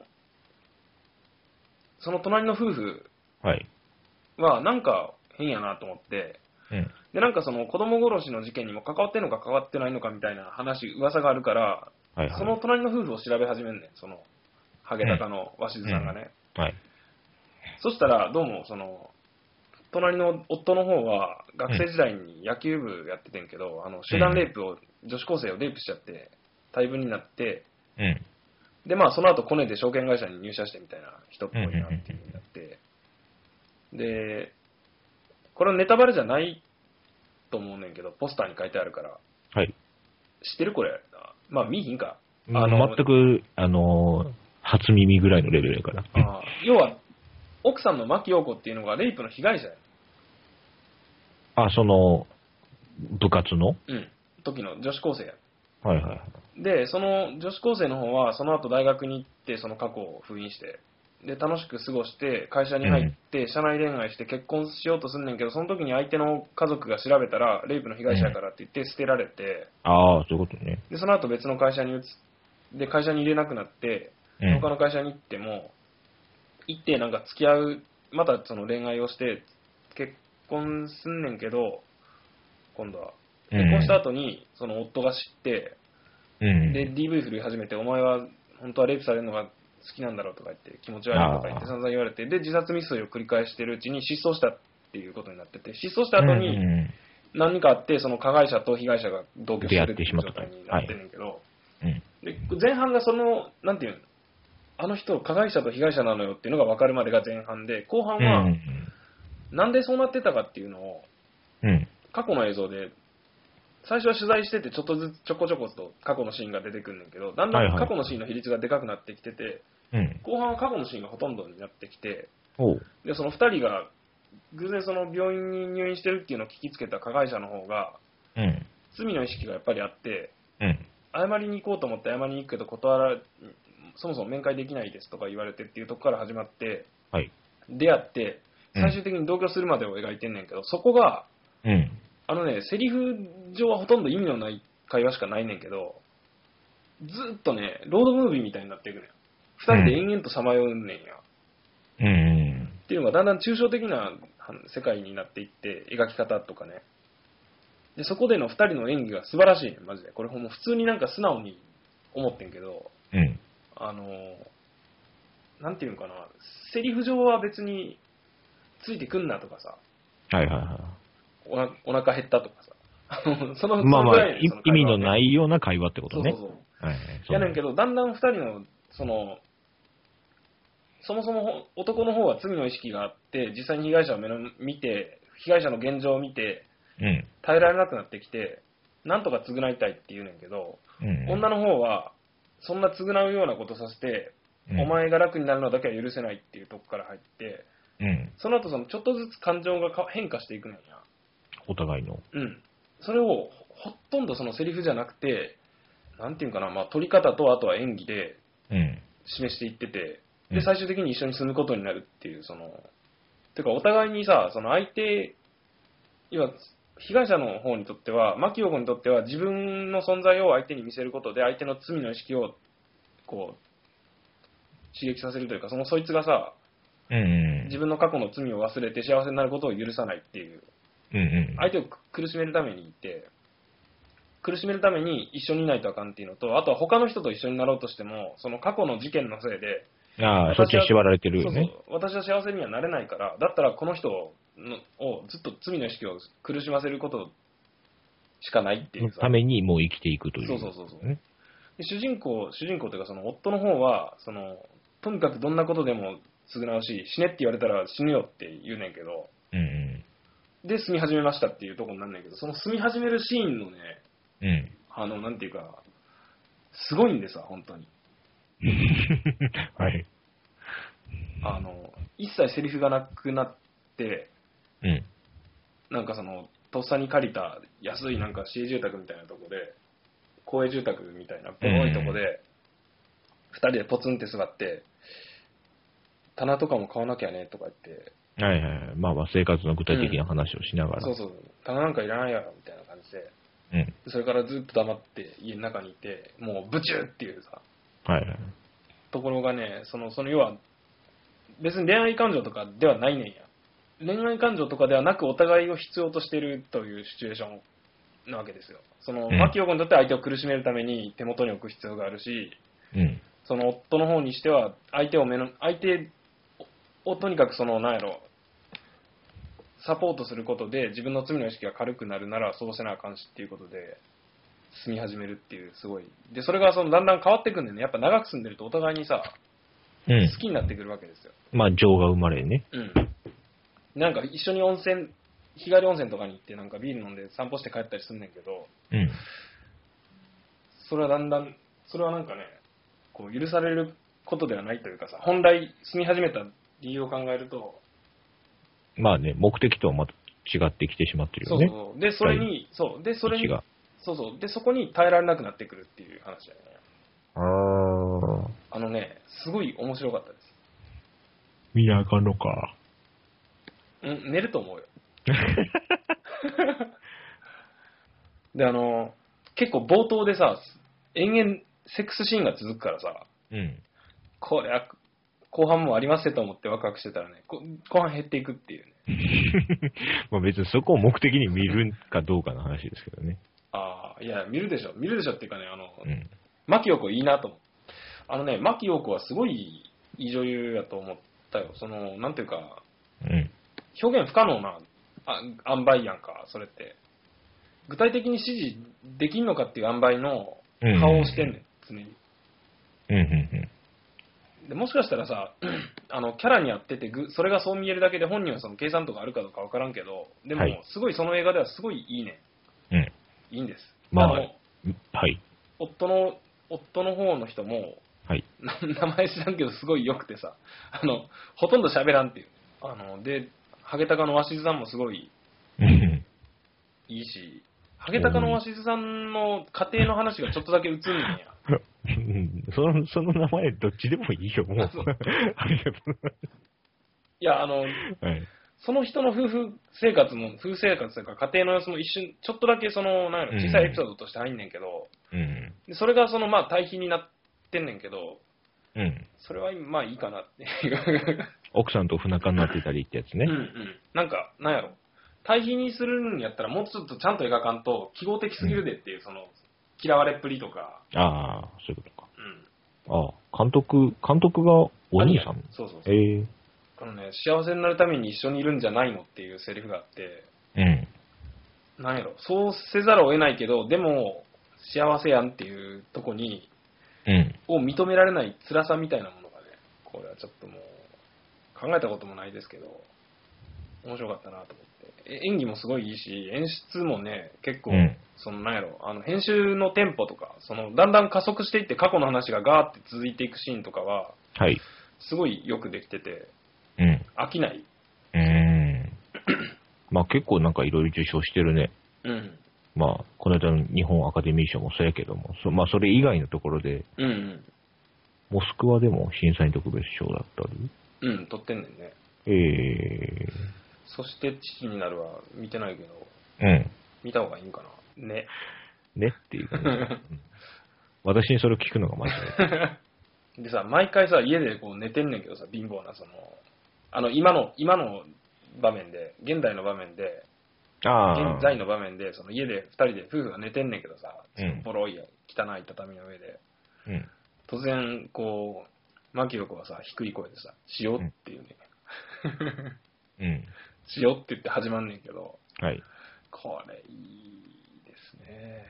夫婦は、なんか変やなと思って、で、なんか子供殺しの事件にも関わってんのか関わってないのかみたいな噂があるから、その隣の夫婦を調べ始めんねん、ハゲタカの鷲津さんがね。そしたら、どうも、隣の夫の方は、学生時代に野球部やっててんけど、集団レイプを、女子高生をレイプしちゃって、大分になって、で、まあ、その後、コネで証券会社に入社してみたいな人っぽいなっていう風になって、で、これはネタバレじゃないと思うねんけど、ポスターに書いてあるから。知ってるこれ。まあ、見ひんか。 全く、初耳ぐらいのレベルやから。 要は、奥さんの牧陽子っていうのがレイプの被害者や。 部活の時の女子高生や。で、その女子高生の方は、その後大学に行って、その過去を封印して、で、楽しく過ごして、会社に入って、社内恋愛して結婚しようとすんねんけど、その時に相手の家族が調べたら、レイプの被害者やからって言って捨てられて、 そういうことね。 で、その後別の会社にで、会社に入れなくなって、他の会社に行っても、行ってなんか付き合う、またその恋愛をして、結婚すんねんけど、今度は。結婚した後に、その夫が知って、で、DV 振り始めて、お前は本当はレイプされるのが好きなんだろうとか言って、気持ち悪いとか言って散々言われて、で、自殺未遂を繰り返してるうちに失踪したっていうことになってて、失踪した後に何かあって、その加害者と被害者が同居してるっていう状態になってんねんけど、で、前半がなんていうの、あの人、加害者と被害者なのよっていうのが分かるまでが前半で、後半は、なんでそうなってたかっていうのを、過去の映像で、最初は取材してて、ちょっとずつちょこちょこと過去のシーンが出てくるんだけど、だんだん過去のシーンの比率がでかくなってきてて、後半は過去のシーンがほとんどになってきて、で、その2人が、偶然その病院に入院してるっていうのを聞きつけた加害者の方が、罪の意識がやっぱりあって、謝りに行こうと思って謝りに行くけどそもそも面会できないですとか言われてっていうとこから始まって、出会って、最終的に同居するまでを描いてんねんけど、そこが、セリフ上はほとんど意味のない会話しかないねんけど、ずっとね、ロードムービーみたいになっていくねん。二人で延々とさまようんねんや。っていうのがだんだん抽象的な世界になっていって、描き方とかね。で、そこでの二人の演技が素晴らしいねん、マジで。これほんま普通になんか素直に思ってんけど、なんていうのかな、セリフ上は別についてくんなとかさ、お腹減ったとかさ、 意味のないような会話ってことね。 やねんけど、だんだん二人の、そもそも男の方は罪の意識があって、実際に被害者を見て、被害者の現状を見て、耐えられなくなってきて、なんとか償いたいって言うねんけど、女の方は、そんな償うようなことさせて、お前が楽になるのだけは許せないっていうとこから入って、その後ちょっとずつ感情が変化していくねんや。 お互いの。 それをほとんどそのセリフじゃなくて、なんていうかな、撮り方とあとは演技で示していってて、で、最終的に一緒に住むことになるっていう、てかお互いにさ、相手、今、被害者の方にとっては、牧陽子にとっては自分の存在を相手に見せることで、相手の罪の意識を、刺激させるというか、そいつがさ、自分の過去の罪を忘れて幸せになることを許さないっていう、相手を苦しめるためにいて、苦しめるために一緒にいないとあかんっていうのと、あとは他の人と一緒になろうとしても、その過去の事件のせいで、 そっちに縛られてるよね。 私は幸せにはなれないから、だったらこの人をずっと罪の意識を苦しませることしかないっていうためにもう生きていくという。 で主人公というか、夫の方は、とにかくどんなことでも償うし、死ねって言われたら死ぬよって言うねんけど、で、住み始めましたっていうところになんないけど、その住み始めるシーンのね、なんていうか、すごいんですわ、本当に。一切セリフがなくなって、 うん。 なんかその、とっさに借りた安いなんか市営住宅みたいなとこで、公営住宅みたいなボロいとこで、二人でポツンって座って、棚とかも買わなきゃねとか言って、 はいはいはい。まあまあ生活の具体的な話をしながら。 そうそう。棚なんかいらないやろみたいな感じで。 うん。 それからずっと黙って家の中にいて、もうブチューっていうさ、 はいはい。 ところがね、その要は、別に恋愛感情とかではないねんや。恋愛感情とかではなくお互いを必要としているというシチュエーションなわけですよ。牧陽子にとって相手を苦しめるために手元に置く必要があるし、 うん。 その夫の方にしては相手をとにかくなんやろ、サポートすることで自分の罪の意識が軽くなるならそうせなあかんしっていうことで住み始めるっていう、すごい。で、それがだんだん変わってくんだよね。やっぱ長く住んでるとお互いにさ、 うん、 好きになってくるわけですよ。 まあ情が生まれるね。 うん。なんか一緒に日帰り温泉とかに行ってなんかビール飲んで散歩して帰ったりすんねんけど、 うん。 それはなんかね、こう許されることではないというかさ、本来住み始めた理由を考えると、 まあね、目的とはまた違ってきてしまってるよね。 そう。で、それに、で、そこに耐えられなくなってくるっていう話だよね。すごい面白かったです。 見なあかんのか。 寝ると思うよ。で、結構冒頭でさ、延々セックスシーンが続くからさ、 うん。 これは後半もありますよと思ってワクワクしてたらね、後半減っていくっていうね。 まあ別にそこを目的に見るかどうかの話ですけどね。 ああ、いや、見るでしょっていうかね、 うん、 牧陽子いいなと思う。牧陽子はすごいいい女優やと思ったよ。なんていうか、 うん、 表現不可能な塩梅やんか、それって。具体的に指示できんのかっていう塩梅の顔をしてんねん、常に。でもしかしたらさ、キャラにやっててそれがそう見えるだけで本人はその計算とかあるかどうかわからんけど、でも、はい、すごいその映画ではすごいいいね。 うん。 いいんです。 まあ、はい。 夫の方の人も、 はい。 名前知らんけどすごい良くてさ、ほとんど喋らんっていう。で、ハゲタカの鷲津さんもすごいいいし、ハゲタカの鷲津さんの家庭の話がちょっとだけ映んねんや。 その名前どっちでもいいよ、もう。ありがとう。 いや、 はい、 その人の夫婦生活というか家庭の様子も一瞬、ちょっとだけ小さいエピソードとして入んねんけど、でそれが対比になってんねんけど、それはまあいいかなっていう。 奥さんと不仲になってたりってやつね。 なんやろ。対比にするんやったらもうちょっとちゃんと描かんと記号的すぎるでっていう、嫌われっぷりとか。 ああ、そういうことか。監督がお兄さん。 そう。幸せになるために一緒にいるんじゃないのっていうセリフがあって、なんやろ、そうせざるを得ないけど、でも幸せやんっていうとこに、を認められない辛さみたいなものがね、これはちょっともう考えたこともないですけど、面白かったなと思って。演技もすごいいいし、演出もね、結構、なんやろ、編集のテンポとか、だんだん加速していって過去の話がガーって続いていくシーンとかは、 はい。 すごいよくできてて、飽きない。 まあ結構なんかいろいろ受賞してるね。まあ、この間の日本アカデミー賞もそうやけども、まあそれ以外のところで、モスクワでも審査員特別賞だったり。 取ってんねんね。そして父になるは見てないけど、見た方がいいんかな。ねっていう感じ。私にそれを聞くのがまずい。 でさ、毎回さ、家でこう寝てんねんけどさ、貧乏な今の場面で、現代の場面で、現在の場面で、家で二人で夫婦が寝てんねんけどさ、ボロい汚い畳の上で、突然こう、牧陽子はさ、低い声でさ、しようっていうね。しようって言って始まんねんけど、 はい。 これいいですね。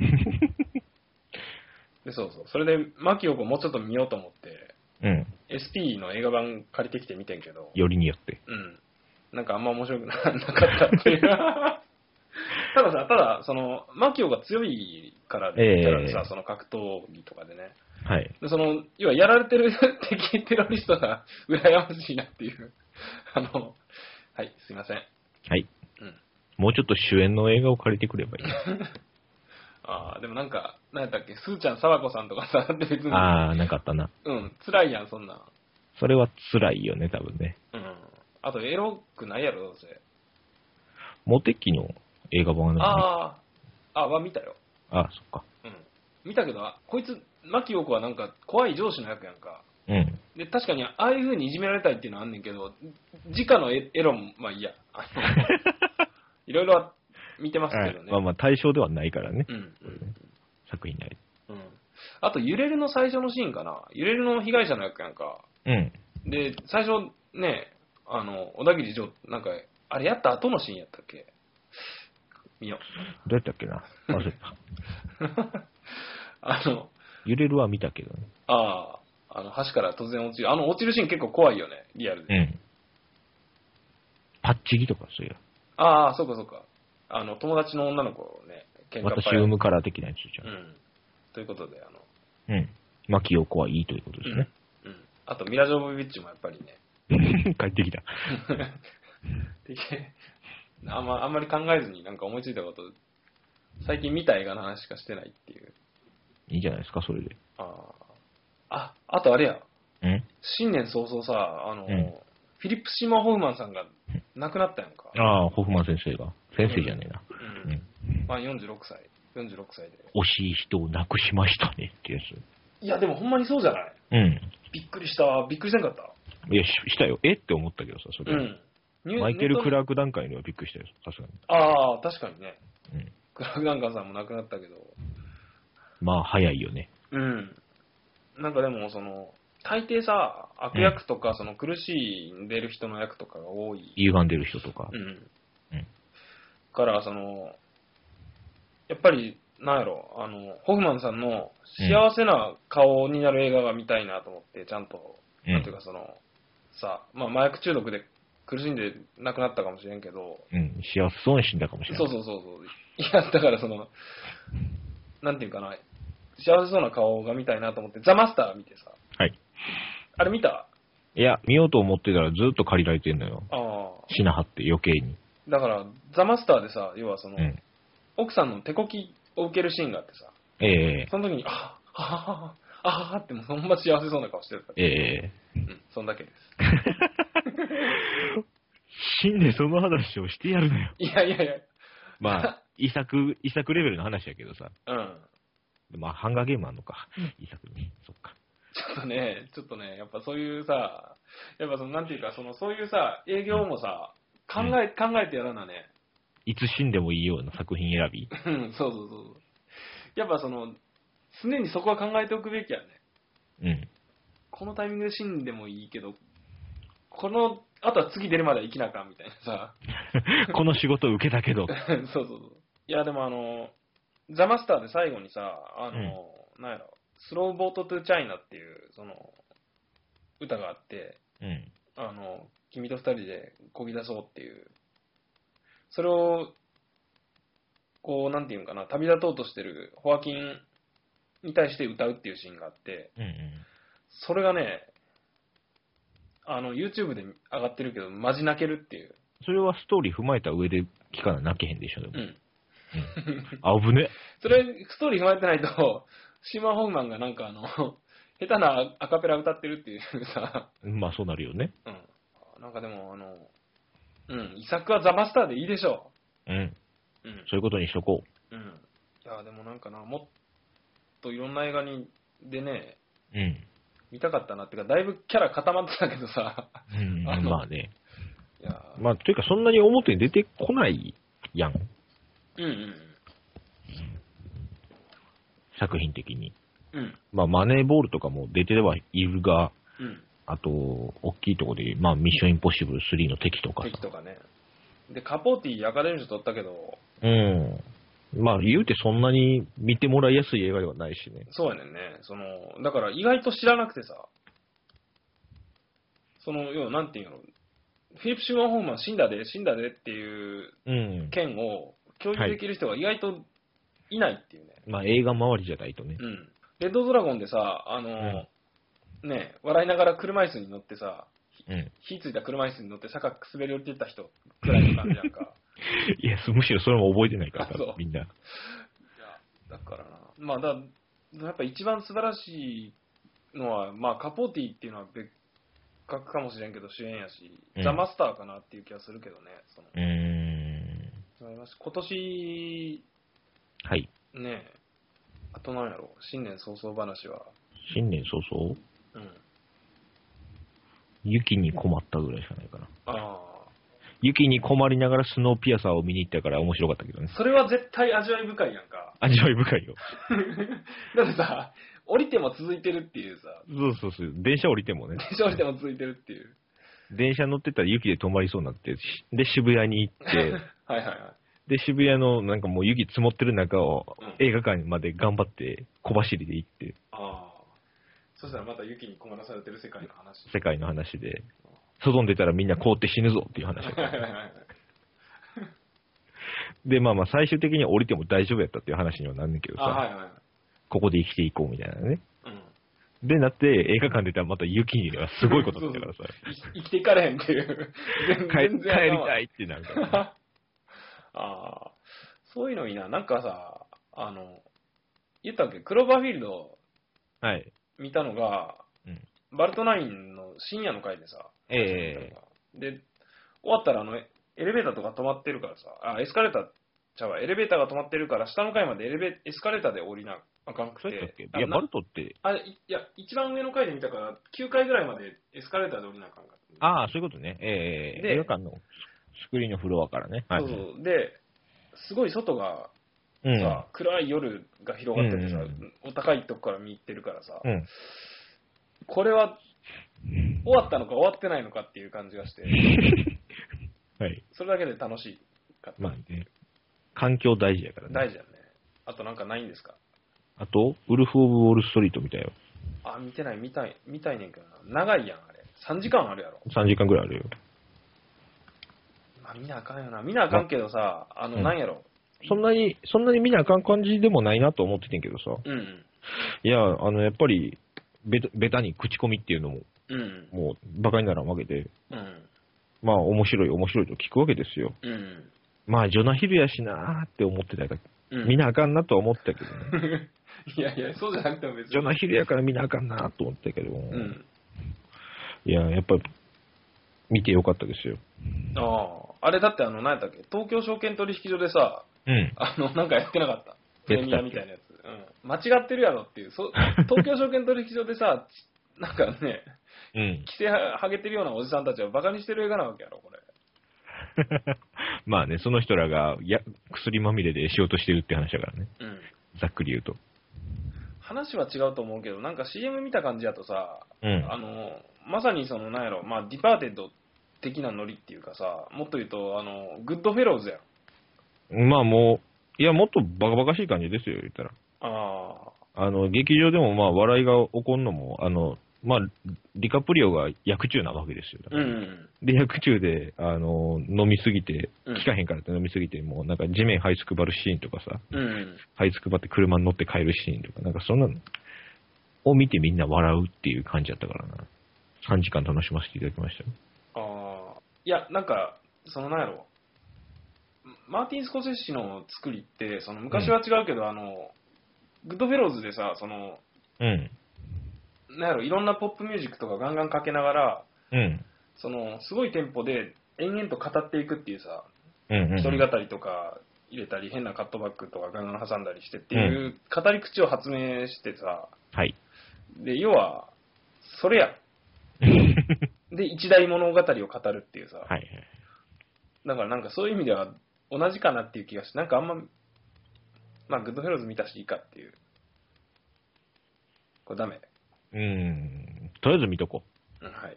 で、それで、牧陽子もうちょっと見ようと思って、SP の映画版借りてきて見てんけど、 よりによって。 なんかあんま面白くなかったっていう。ただ、牧陽が強いからでさ、格闘技とかでね。 はい。 で要はやられてる敵テロリストが羨ましいなっていう。 はい、すいません。 はい。うん。もうちょっと主演の映画を借りてくればいい。 ああ、でもなんか、何やったっけ、すーちゃん、さわこさんとかさ、別に。 ああ、なかったな。 うん、辛いやん、そんなん。 それは辛いよね、多分ね。 うん。あと、エロくないやろ、どうせ。 モテキの映画版は見たよ。 ああ、そっか。 うん。見たけど、こいつ、牧陽子はなんか怖い上司の役やんか。 うん。 で、確かに、ああいう風にいじめられたいっていうのはあんねんけど、直のエロも、まあいいや。いろいろ見てますけどね。 まあまあ対象ではないからね。 うん。 作品内。 うん。あと、揺れるの最初のシーンかな。揺れるの被害者の役やんか。 うん。 で、最初ね、小田切城、なんか、あれやった後のシーンやったっけ？見よう。どうやったっけな忘れた。揺れるは見たけどね。 橋から突然落ちる。落ちるシーン結構怖いよね、リアルで。 うん。パッチギとかそういう。 そうかそうか。友達の女の子をね、 喧嘩っ私産むから的なやつじゃん。 うん。ということで、 うん。牧陽子はいいということですね。 うん。あと、ミラ・ジョボビッチもやっぱりね。 帰ってきた。 あんまり考えずになんか思いついたこと、最近見た映画の話しかしてないっていう。 いいじゃないですか、それで。 あとあれや。 新年早々さ、フィリップ・シーマン・ホフマンさんが亡くなったやんか。 ホフマン先生が。先生じゃねえな。 まあ46歳で。 惜しい人を亡くしましたねってやつ。 いや、でもほんまにそうじゃない？ うん。 びっくりした。びっくりせんかった？ いや、したよ。って思ったけどさ、それ。うん。マイケル・クラーク段階にはびっくりしたよ、さすがに。 確かにね。うん。クラークダンカンさんも亡くなったけど。 まあ、早いよね。 うん。なんかでも、大抵さ、悪役とか、苦しんでる人の役とかが多い。 歪んでる人とか。 から、やっぱり、なんやろ、ホフマンさんの幸せな顔になる映画が見たいなと思って、ちゃんと、なんていうかまあ、麻薬中毒で苦しんで亡くなったかもしれんけど、 幸せそうに死んだかもしれない。 そう。いや、だからなんていうかな、幸せそうな顔が見たいなと思って、ザ・マスター見てさ。 はい。 あれ見た？ いや、見ようと思ってたらずっと借りられてんのよ。品張って余計に。 だから、ザ・マスターでさ、要は奥さんの手こきを受けるシーンがあってさ、その時に、ってもうそんな幸せそうな顔してるから。そんだけです。 死んでその話をしてやるなよ。 いや。 まあ、遺作レベルの話やけどさ。まあ、ハンガーゲームあんのか。遺作に。そっか。 ちょっとね、やっぱそういうさ、やっぱなんていうか、そういうさ、営業もさ、考えてやらなね。 いつ死んでもいいような作品選び。 そう。やっぱ常にそこは考えておくべきやね。このタイミングで死んでもいいけど、あとは次出るまでは生きなあかんみたいなさ。 この仕事を受けたけど。 そう。いや、でもザ・マスターで最後にさ、なんやろ、スローボートトゥ・チャイナっていう、歌があって、君と二人で漕ぎ出そうっていう、それを、なんていうんかな、旅立とうとしてるホアキンに対して歌うっていうシーンがあって、それがね、YouTube で上がってるけど、マジ泣けるっていう。 それはストーリー踏まえた上で聞かな泣けへんでしょ、でも。危ね。 それ、ストーリー踏まえてないと、シーマン・ホフマンがなんか下手なアカペラ歌ってるっていうさ。 まあそうなるよね。 なんかでも、遺作はザ・マスターでいいでしょう。そういうことにしとこう。 いや、でもなんかな、もっといろんな映画でね、見たかったなっていうか、だいぶキャラ固まってたけどさ。 まあね。まあ、というかそんなに表に出てこないやん。作品的に。まあ、マネーボールとかも出てはいるが、あと、大きいところで、まあ、ミッションインポッシブル3の敵とか。 敵とかね。で、カポーティアカデミー賞取ったけど。 まあ、言うてそんなに見てもらいやすい映画ではないしね。 そうやねんね。だから意外と知らなくてさ、要はなんていうの、フィリップ・シューマン・ホフマン死んだでっていう件を共有できる人が意外といないっていうね。 まあ映画周りじゃないとね。 レッドドラゴンでさ、ね、笑いながら車椅子に乗ってさ、 火ついた車椅子に乗って坂滑り降りてった人くらいの感じなんか。 いや、むしろそれも覚えてないからさ、みんな。いや、 だからな。まあ、やっぱ一番素晴らしいのは、まあ、カポーティっていうのは別格かもしれんけど主演やし、ザ・マスターかなっていう気がするけどね。今年、 はい。 ねえ、あとなんやろ、新年早々話は。 新年早々雪に困ったぐらいしかないかな。雪に困りながらスノーピアサーを見に行ったから面白かったけどね。 それは絶対味わい深いやんか。 味わい深いよ。 だってさ、降りても続いてるっていうさ。 そう。電車降りてもね。 電車降りても続いてるっていう。 電車乗ってたら雪で止まりそうになって、で、渋谷に行って、で、渋谷のなんかもう雪積もってる中を映画館まで頑張って小走りで行って。 そしたらまた雪に困らされてる世界の話。 世界の話で。外に出たらみんな凍って死ぬぞっていう話だった。で、まあ最終的に降りても大丈夫やったっていう話にはなんねんけどさ、ここで生きていこうみたいなね。で、なって映画館出たらまた雪にはすごいことだったからさ。 生きていかれへんっていう。 帰りたいってなるから。 そういうのいいな。なんかさ、言ったっけ、クローバーフィールド見たのが、バルトナインの深夜の回でさ、で、終わったらエレベーターとか止まってるからさ、エスカレーターちゃうわ、エレベーターが止まってるから下の階までエスカレーターで降りなあかんくて。 いや、バルトって。 いや、一番上の階で見たから9階ぐらいまでエスカレーターで降りなあかんかった。 そういうことね。映画館のスクリーンのフロアからね。 そう。で、すごい外がさ、暗い夜が広がっててさ、お高いとこから見入ってるからさ、これは終わったのか終わってないのかっていう感じがして、それだけで楽しいかった。 まあね、環境大事やからね。 大事だね。あとなんかないんですか？ あと、ウルフ・オブ・ウォール・ストリート見たよ。 見てない、見たいねんけどな。長いやん、あれ。3時間あるやろ。 3時間ぐらいあるよ。 見なあかんよな。見なあかんけどさ、なんやろ。 そんなに見なあかん感じでもないなと思っててんけどさ。いや、やっぱり、ベタに口コミっていうのも、もう、バカにならんわけで、まあ、面白いと聞くわけですよ。まあ、ジョナヒルやしなーって思ってたから、見なあかんなとは思ったけどね。 いや、そうじゃなくても別に。 ジョナヒルやから見なあかんなと思ったけど、いや、やっぱり、見てよかったですよ。 あれだって何やったっけ、東京証券取引所でさ、なんかやってなかった。プレミアみたいなやつ。間違ってるやろっていう。東京証券取引所でさ、なんかね、規制はげてるようなおじさんたちをバカにしてる映画なわけやろ、これ。 まあね、その人らが薬まみれでしようとしてるって話だからね。ざっくり言うと。 話は違うと思うけど、なんか CM 見た感じやとさ、まさになんやろ、まあ、ディパーテッド的なノリっていうかさ、もっと言うと、グッドフェローズやん。 まあもう、いや、もっとバカバカしい感じですよ、言ったら。劇場でもまあ、笑いが起こんのも、まあ、ディカプリオが役中なわけですよ。で、役中で、飲みすぎて、効かへんからって飲みすぎて、もうなんか地面這いつくばるシーンとかさ、這いつくばって車に乗って帰るシーンとか、なんかそんなのを見てみんな笑うっていう感じだったからな。3時間楽しませていただきましたよ。 いや、なんか、なんやろ、マーティン・スコセッシの作りって、昔は違うけど、グッドフェローズでさ、なんやろ、いろんなポップミュージックとかガンガンかけながら、すごいテンポで延々と語っていくっていうさ、一人語りとか入れたり、変なカットバックとかガンガン挟んだりしてっていう語り口を発明してさ、で、要は、それや。で、一大物語を語るっていうさ、だからなんかそういう意味では同じかなっていう気がして、なんかあんま、まあ、グッドフェローズ見たしいいかっていう。これダメ。 とりあえず見とこう。 はい。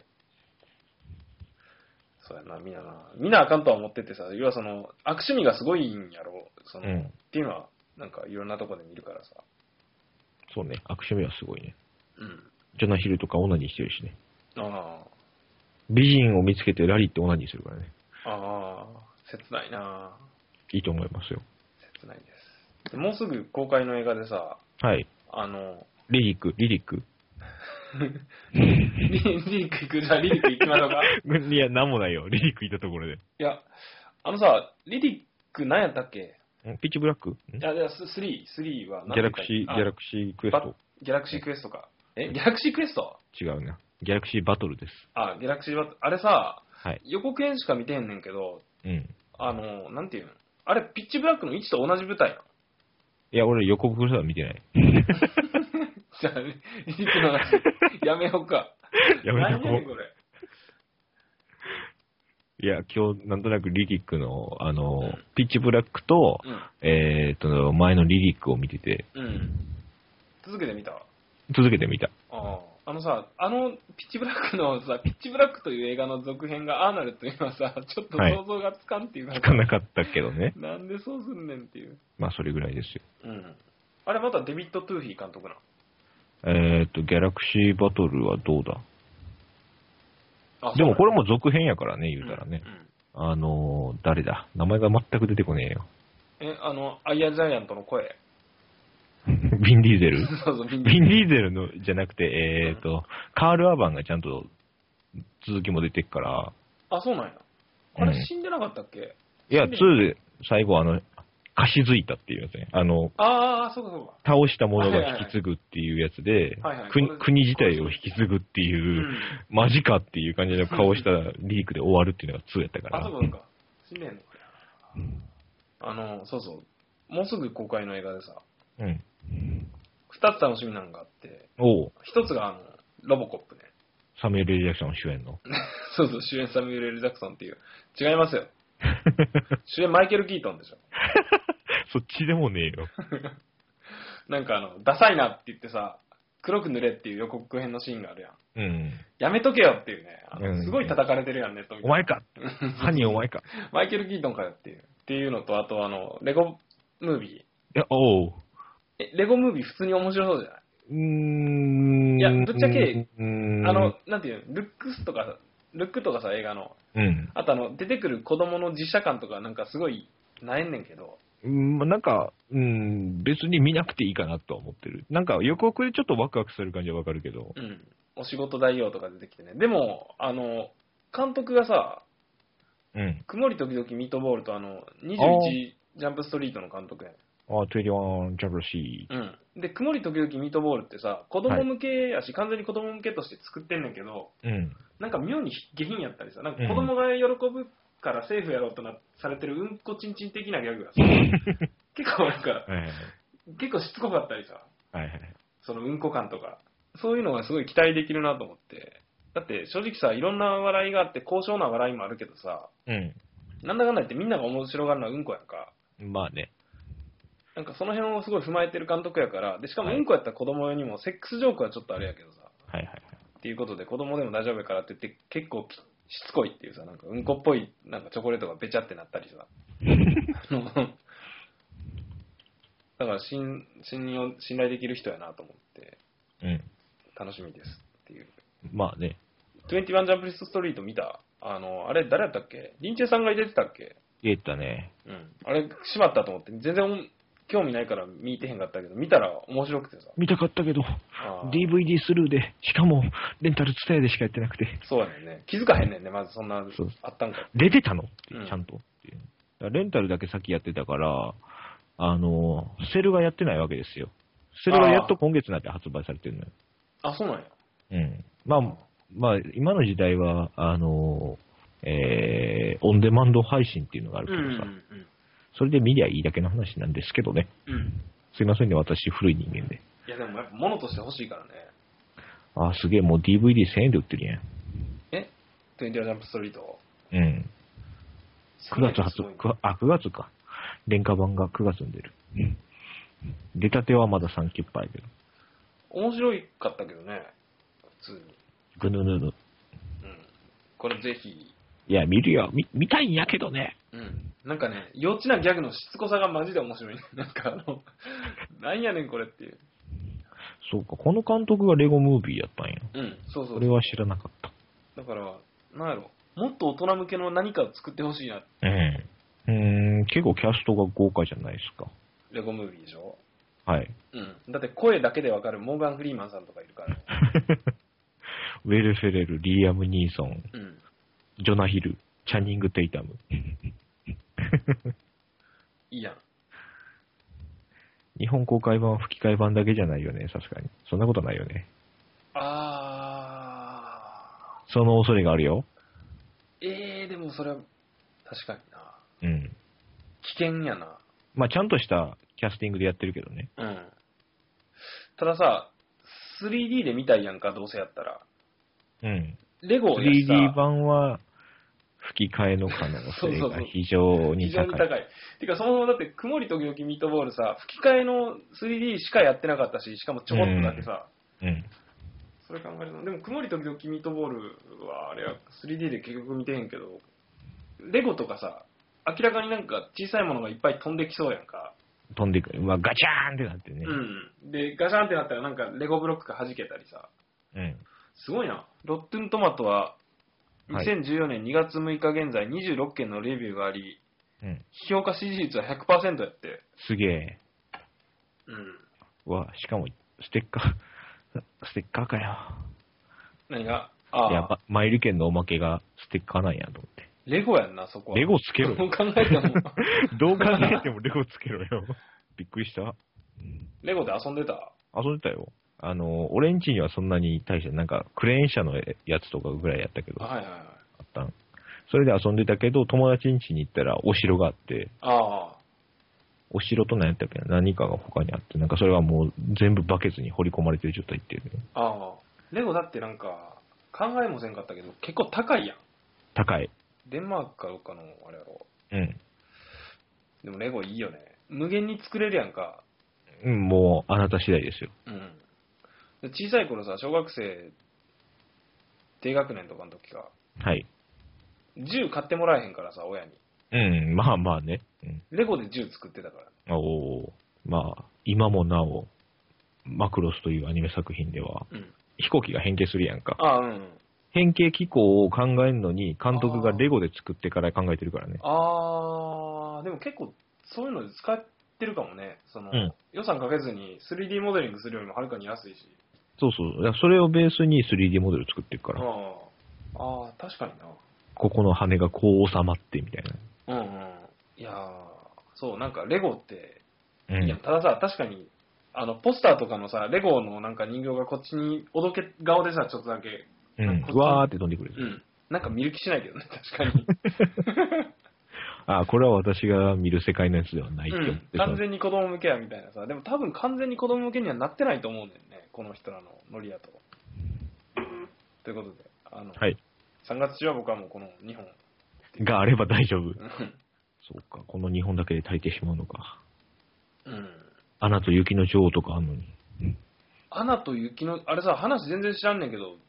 そうやな、見なあかんとは思っててさ、要は悪趣味がすごいんやろ、っていうのは、なんかいろんなとこで見るからさ。 そうね、悪趣味はすごいね。ジョナヒルとかオナニーしてるしね。美人を見つけてラリーってオナニーするからね。 切ないな。 いいと思いますよ。 切ないです。もうすぐ公開の映画でさ、 リリックリリック行くじゃあリリック行きましょうか。 いや、なんもないよ。リリックいたところで。 いや、さ、リリック何やったっけ？ ピッチブラック？ いや、3は何ギャラクシークエスト。 ギャラクシークエストか。ギャラクシークエスト？ 違うね。ギャラクシーバトルです。 ギャラクシーバトル。あれさ、 はい、 予告編しか見てへんねんけど、 うん。 なんていうの？あれ、ピッチブラックの1と同じ舞台なの？ いや、俺予告すら見てない。 じゃあ、リリックの話、やめようか。 やめよう。 何やねんこれ。 いや、今日、なんとなくリリックの、ピッチブラックと、前のリリックを見てて。 続けてみた。さ、ピッチブラックのさ、ピッチブラックという映画の続編がアーナルというのはさ、ちょっと想像がつかんっていうか、 つかなかったけどね。 なんでそうすんねんっていう。 まあ、それぐらいですよ。 あれ、またデビッド・トゥーフィー監督な。 ギャラクシーバトルはどうだ？でもこれも続編やからね、言うたらね。誰だ？名前が全く出てこねえよ。 アイアンジャイアントの声。 ビン・ディーゼル？ そうそう、 ビン・ディーゼルのじゃなくて、カール・アバンがちゃんと続きも出てっから。 あ、そうなんや。あれ死んでなかったっけ？ いや、2で最後貸し付いたっていうやつね。 そうかそうか。 倒した者が引き継ぐっていうやつで、国自体を引き継ぐっていう、マジかっていう感じの顔したリークで終わるっていうのが2やったから。 そうか。死んでんのか。そうそう。もうすぐ公開の映画でさ、2つ楽しみなのがあって、1つがロボコップね。 サミュエル・L・ジャクソン主演の。 そうそう、主演サミュエル・L・ジャクソンっていう。違いますよ。主演マイケル・キートンでしょ。 そっちでもねえよ。 なんかダサいなって言ってさ、黒く塗れっていう予告編のシーンがあるやん。やめとけよっていうね。すごい叩かれてるやん、ネットみたいな。 お前か犯人お前かマイケル・キートンかよっていうのと、あとレゴムービー。 いや、 レゴムービー普通に面白そうじゃない？いや、ぶっちゃけ、なんていうの、ルックとかさ、映画の。あと出てくる子供の実写感とかなんかすごい、なえんねんけど。 なんか、別に見なくていいかなとは思ってる。なんか予告でちょっとワクワクする感じはわかるけど。 お仕事代用とか出てきてね。でも、監督がさ、曇り時々ミートボールと21ジャンプストリートの監督やねん。 21ジャンプシー。で、曇り時々ミートボールってさ、子供向けやし、完全に子供向けとして作ってんねんけど、なんか妙に下品やったりさ、なんか子供が喜ぶからセーフやろうとされてるうんこちんちん的なギャグがさ、結構なんか、結構しつこかったりさ、そのうんこ感とか、そういうのがすごい期待できるなと思って。だって正直さ、いろんな笑いがあって高尚な笑いもあるけどさ、なんだかんだ言ってみんなが面白がるのはうんこやんか。 まあね。 なんかその辺をすごい踏まえてる監督やから、でしかもうんこやったら子供用にもセックスジョークはちょっとあれやけどさ、っていうことで子供でも大丈夫やからって言って結構しつこいっていうさ、なんかうんこっぽいなんかチョコレートがべちゃってなったりさ。だから信頼できる人やなと思って、楽しみですっていう。 まあね。 21ジャンプストリート見た？あれ誰やったっけ？リンチェさんが出てたっけ？ 出てたね。 あれ、しまったと思って、全然興味ないから見てへんかったけど、見たら面白くてさ。 見たかったけど、DVD スルーで、しかも、レンタルツタヤでしかやってなくて。 そうやねんね。気づかへんねんね、まずそんな、あったんか。 出てたのちゃんと。レンタルだけ先やってたから、セルがやってないわけですよ。セルがやっと今月になって発売されてるのよ。 そうなんや。 まあ、今の時代は、オンデマンド配信っていうのがあるけどさ、それで見りゃいいだけの話なんですけどね。すいませんね、私、古い人間で。 いや、でもやっぱ物として欲しいからね。すげえ、もう DVD1000 円で売ってるやん。 20ジャンプストリート 9月9月か。廉価版が9月に出る。出たてはまだ3キュッパーやけど。 面白かったけどね、普通に。 ぐぬぬぬ。 これぜひ。 いや、見るよ。見たいんやけどね。 なんかね、幼稚なギャグのしつこさがマジで面白い。なんかなんやねんこれっていう。 そうか、この監督がレゴムービーやったんや。 そう。 これは知らなかった。 だから、なんやろ。もっと大人向けの何かを作ってほしいな。 結構キャストが豪華じゃないですか。 レゴムービーでしょ？ はい。 だって声だけでわかるモーガン・フリーマンさんとかいるから。 ウェル・フェレル、リーアム・ニーソン、 うん、 ジョナヒル、チャニング・テイタム。 いいやん。 日本公開版は吹き替え版だけじゃないよね、さすがに。そんなことないよね。その恐れがあるよ。 でもそれは、確かにな。 うん。 危険やな。 まあ、ちゃんとしたキャスティングでやってるけどね。 うん。たださ、3D で見たいやんか、どうせやったら。 うん。 レゴやしさ 3D 版は吹き替えの可能性が非常に高い。 非常に高い。てか、そもそもだって、曇り時々ミートボールさ、吹き替えの 3D しかやってなかったし、しかもちょこっとだけさ。 うん。 それ考えるの。でも、曇り時々ミートボールは、あれは 3D で結局見てへんけど、レゴとかさ、明らかになんか小さいものがいっぱい飛んできそうやんか。 飛んでくる。まあ、ガチャーンってなってね。 うん。で、ガシャンってなったらなんかレゴブロックが弾けたりさ。 うん。 すごいな。ロッテントマトは、2014年2月6日現在26件のレビューがあり、うん、評価支持率は 100% やって。 すげえ。 うん。 わ、しかも、ステッカーかよ。 何が？ いや、マイル券のおまけがステッカーなんやと思って。 レゴやんな、そこは。 レゴつけろよ。 どう考えても。 どう考えてもレゴつけろよ。びっくりした。 レゴで遊んでた？ 遊んでたよ。俺んちにはそんなに大して、なんか、クレーン車のやつとかぐらいやったけど。 はいはいはい。 あったん。それで遊んでたけど、友達ん家に行ったらお城があって、お城と何やったっけな、何かが他にあって、なんかそれはもう全部バケツに掘り込まれてる状態っていうね。 レゴだってなんか、考えもせんかったけど、結構高いやん。 高い。 デンマークかどっかのあれやろ。 うん。 でもレゴいいよね。無限に作れるやんか。 うん、もうあなた次第ですよ。 うん。小さい頃さ、小学生、低学年とかの時か。 はい。 銃買ってもらえへんからさ、親に。 うん、まあまあね。うん、 レゴで銃作ってたから。 まあ、今もなお、マクロスというアニメ作品では、飛行機が変形するやんか。変形機構を考えるのに、監督がレゴで作ってから考えてるからね。 でも結構、そういうので使ってるかもね。予算かけずに 3D モデリングするよりもはるかに安いし。 そうそう。それをベースに 3D モデル作ってるから。 確かにな。 ここの羽がこう収まってみたいな。 いやそう、なんかレゴって、いや、たださ、確かに、ポスターとかのさ、レゴのなんか人形がこっちにおどけ顔でさ、ちょっとだけ、 うわーって飛んでくる。 なんか見る気しないけどね、確かに。 これは私が見る世界のやつではないって思って、 完全に子供向けやみたいなさ。でも多分完全に子供向けにはなってないと思うんだよね、この人らのノリやと。ということで、 はい。 3月中は僕はもうこの2本。 があれば大丈夫。そうか、この2本だけで足りてしまうのか。アナと雪の女王とかあんのに。 アナと雪の、あれさ、話全然知らんねんけど、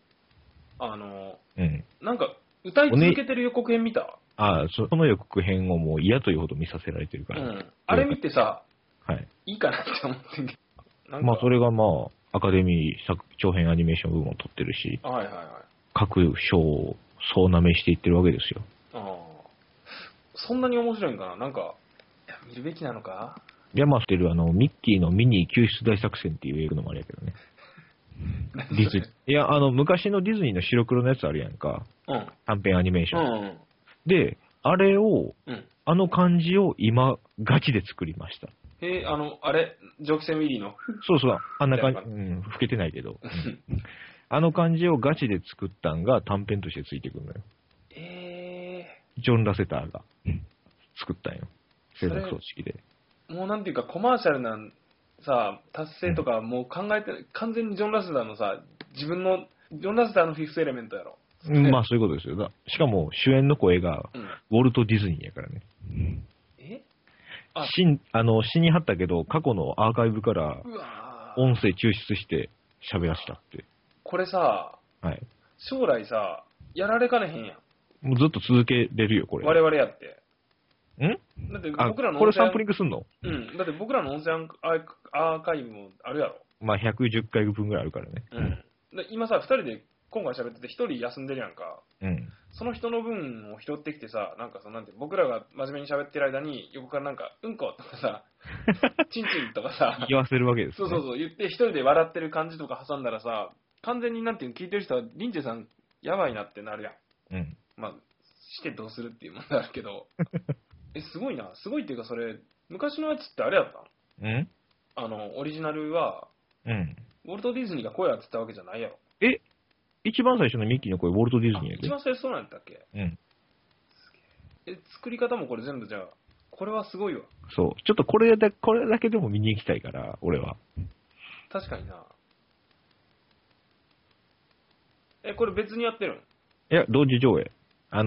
なんか、歌い続けてる予告編見た？ その予告編をもう嫌というほど見させられてるから。 あれ見てさ、 はい。 いいかなって思ってんけど。 まあ、それがまあ、アカデミー長編アニメーション部門を取ってるし、各賞を総なめしていってるわけですよ。 そんなに面白いんかな？なんか、いや、見るべきなのか？ いや、まあ、してるミッキーのミニー救出大作戦っていう映画のもあれやけどね。ディズニー。いや、昔のディズニーの白黒のやつあるやんか。短編アニメーション。で、あれを、あの感じを今、ガチで作りました。 あれ、蒸気船ウィリーの。 そうそう、あんな感じ、老けてないけど。あの感じをガチで作ったんが短編としてついてくるのよ。ジョン・ラセターが作ったんよ。制作組織で。 もうなんていうか、コマーシャルなさ、達成とかもう考えて、完全にジョン・ラセターのさ、自分の、ジョン・ラセターのフィフスエレメントやろ。 まあそういうことですよ。しかも主演の声が、ウォルト・ディズニーやからね。死にはったけど、過去のアーカイブから音声抽出して喋らせたって。 これさ、将来さ、やられかねへんやん。 もうずっと続けれるよ、これ。 我々やって。 だって僕らのこれサンプリングすんの？ だって僕らの音声アーカイブもあるやろ。 まあ110回分ぐらいあるからね。 今さ、2人で今回喋ってて1人休んでるやんか。その人の分を拾ってきてさ、なんかなんて僕らが真面目に喋ってる間に横からなんか、うんことかさ、チンチンとかさ、 言わせるわけですね。 そう言って1人で笑ってる感じとか挟んだらさ、 完全になんていうの聞いてる人は、リンチェさん、やばいなってなるやん。 うん。 まあ、してどうするっていう問題あるけど、すごいな。すごいっていうか、それ、昔のやつってあれやったんオリジナルは、 うん。 ウォルト・ディズニーが声当てたわけじゃないやろ。 一番最初のミッキーの声、ウォルト・ディズニーやで。 一番最初そうなんやったっけ？ うん。 作り方もこれ全部じゃあ、これはすごいわ。 そう。ちょっとこれだけでも見に行きたいから、俺は。 確かにな。これ別にやってるん？ いや、同時上映。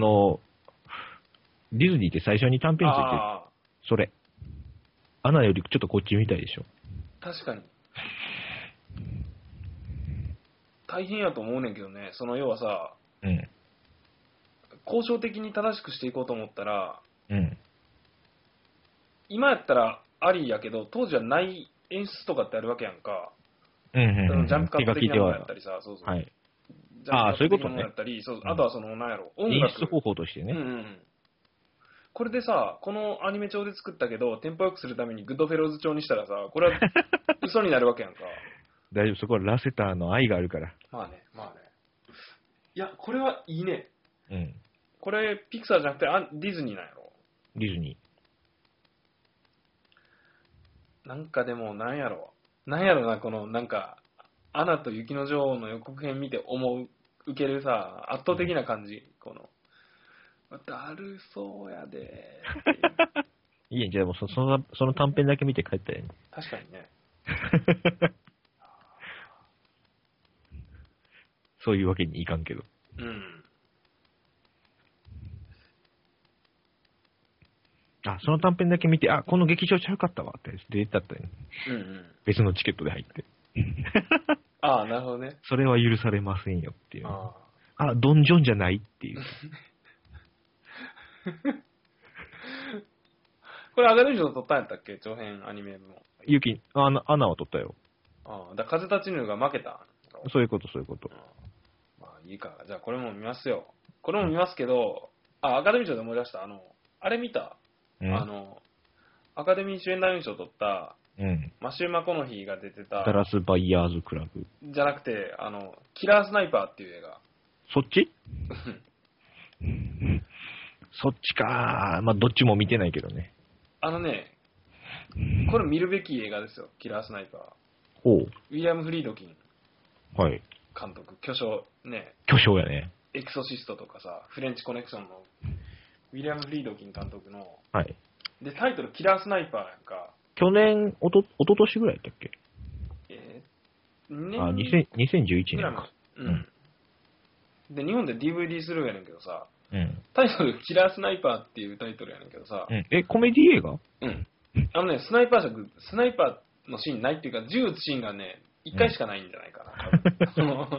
ディズニーって最初に短編ついてる。それ。アナよりちょっとこっちみたいでしょ。 確かに。大変やと思うねんけどね。その要はさ、 うん。 交渉的に正しくしていこうと思ったら、 うん。 今やったらありやけど、当時はない演出とかってあるわけやんか。 うん。 ジャンプカット的なものやったりさ、そうそう。 はい。 ジャンプカット的なものやったり、そう、あとはその、なんやろ、音楽。 演出方法としてね。 うんうん。これでさ、このアニメ調で作ったけど、テンポ良くするためにグッドフェローズ調にしたらさ、これは嘘になるわけやんか。 大丈夫、そこはラセターの愛があるから。 まあね。いや、これはいいね。 うん。 これ、ピクサーじゃなくてディズニーなんやろ。 ディズニー。なんかでも、なんやろな、この、なんか、アナと雪の女王の予告編見て受けるさ、圧倒的な感じ。この、だるそうやでいいやん、じゃあもうその短編だけ見て帰ったらね。 確かにね。 そういうわけにいかんけど。 うん。 その短編だけ見て、この劇場ちゃうかったわって出てったね。 うんうん。 別のチケットで入って。 なるほどね。 それは許されませんよっていう。ドンジョンじゃないっていう。 これアカデミー賞取ったんやったっけ？長編アニメも。 アナは取ったよ。 風立ちぬが負けた。 そういうこと。 まあいいか。じゃあこれも見ますよ。これも見ますけど、アカデミー賞で思い出した。あれ見た？アカデミー主演男優賞取った、マシュー・マコノヒーが出てた、 ダラス・バイヤーズ・クラブ。 じゃなくて、キラー・スナイパーっていう映画。 そっちそっちか。まあ、どっちも見てないけどね。 これ見るべき映画ですよ、キラー・スナイパー。 ウィリアム・フリードキン。 はい。 監督、巨匠ね。 巨匠やね。 エクソシストとかさ、フレンチコネクションのウィリアム・フリードキン監督の。 はい。 で、タイトル、キラー・スナイパーやんか。 去年、おととしぐらいだっけ 2011 年か。 で、日本で DVD するやねんけどさ、 タイトル、キラー・スナイパーっていうタイトルやねんけどさ、 コメディ映画？ スナイパーのシーンないっていうか、銃撃つシーンがね、1回しかないんじゃないかな。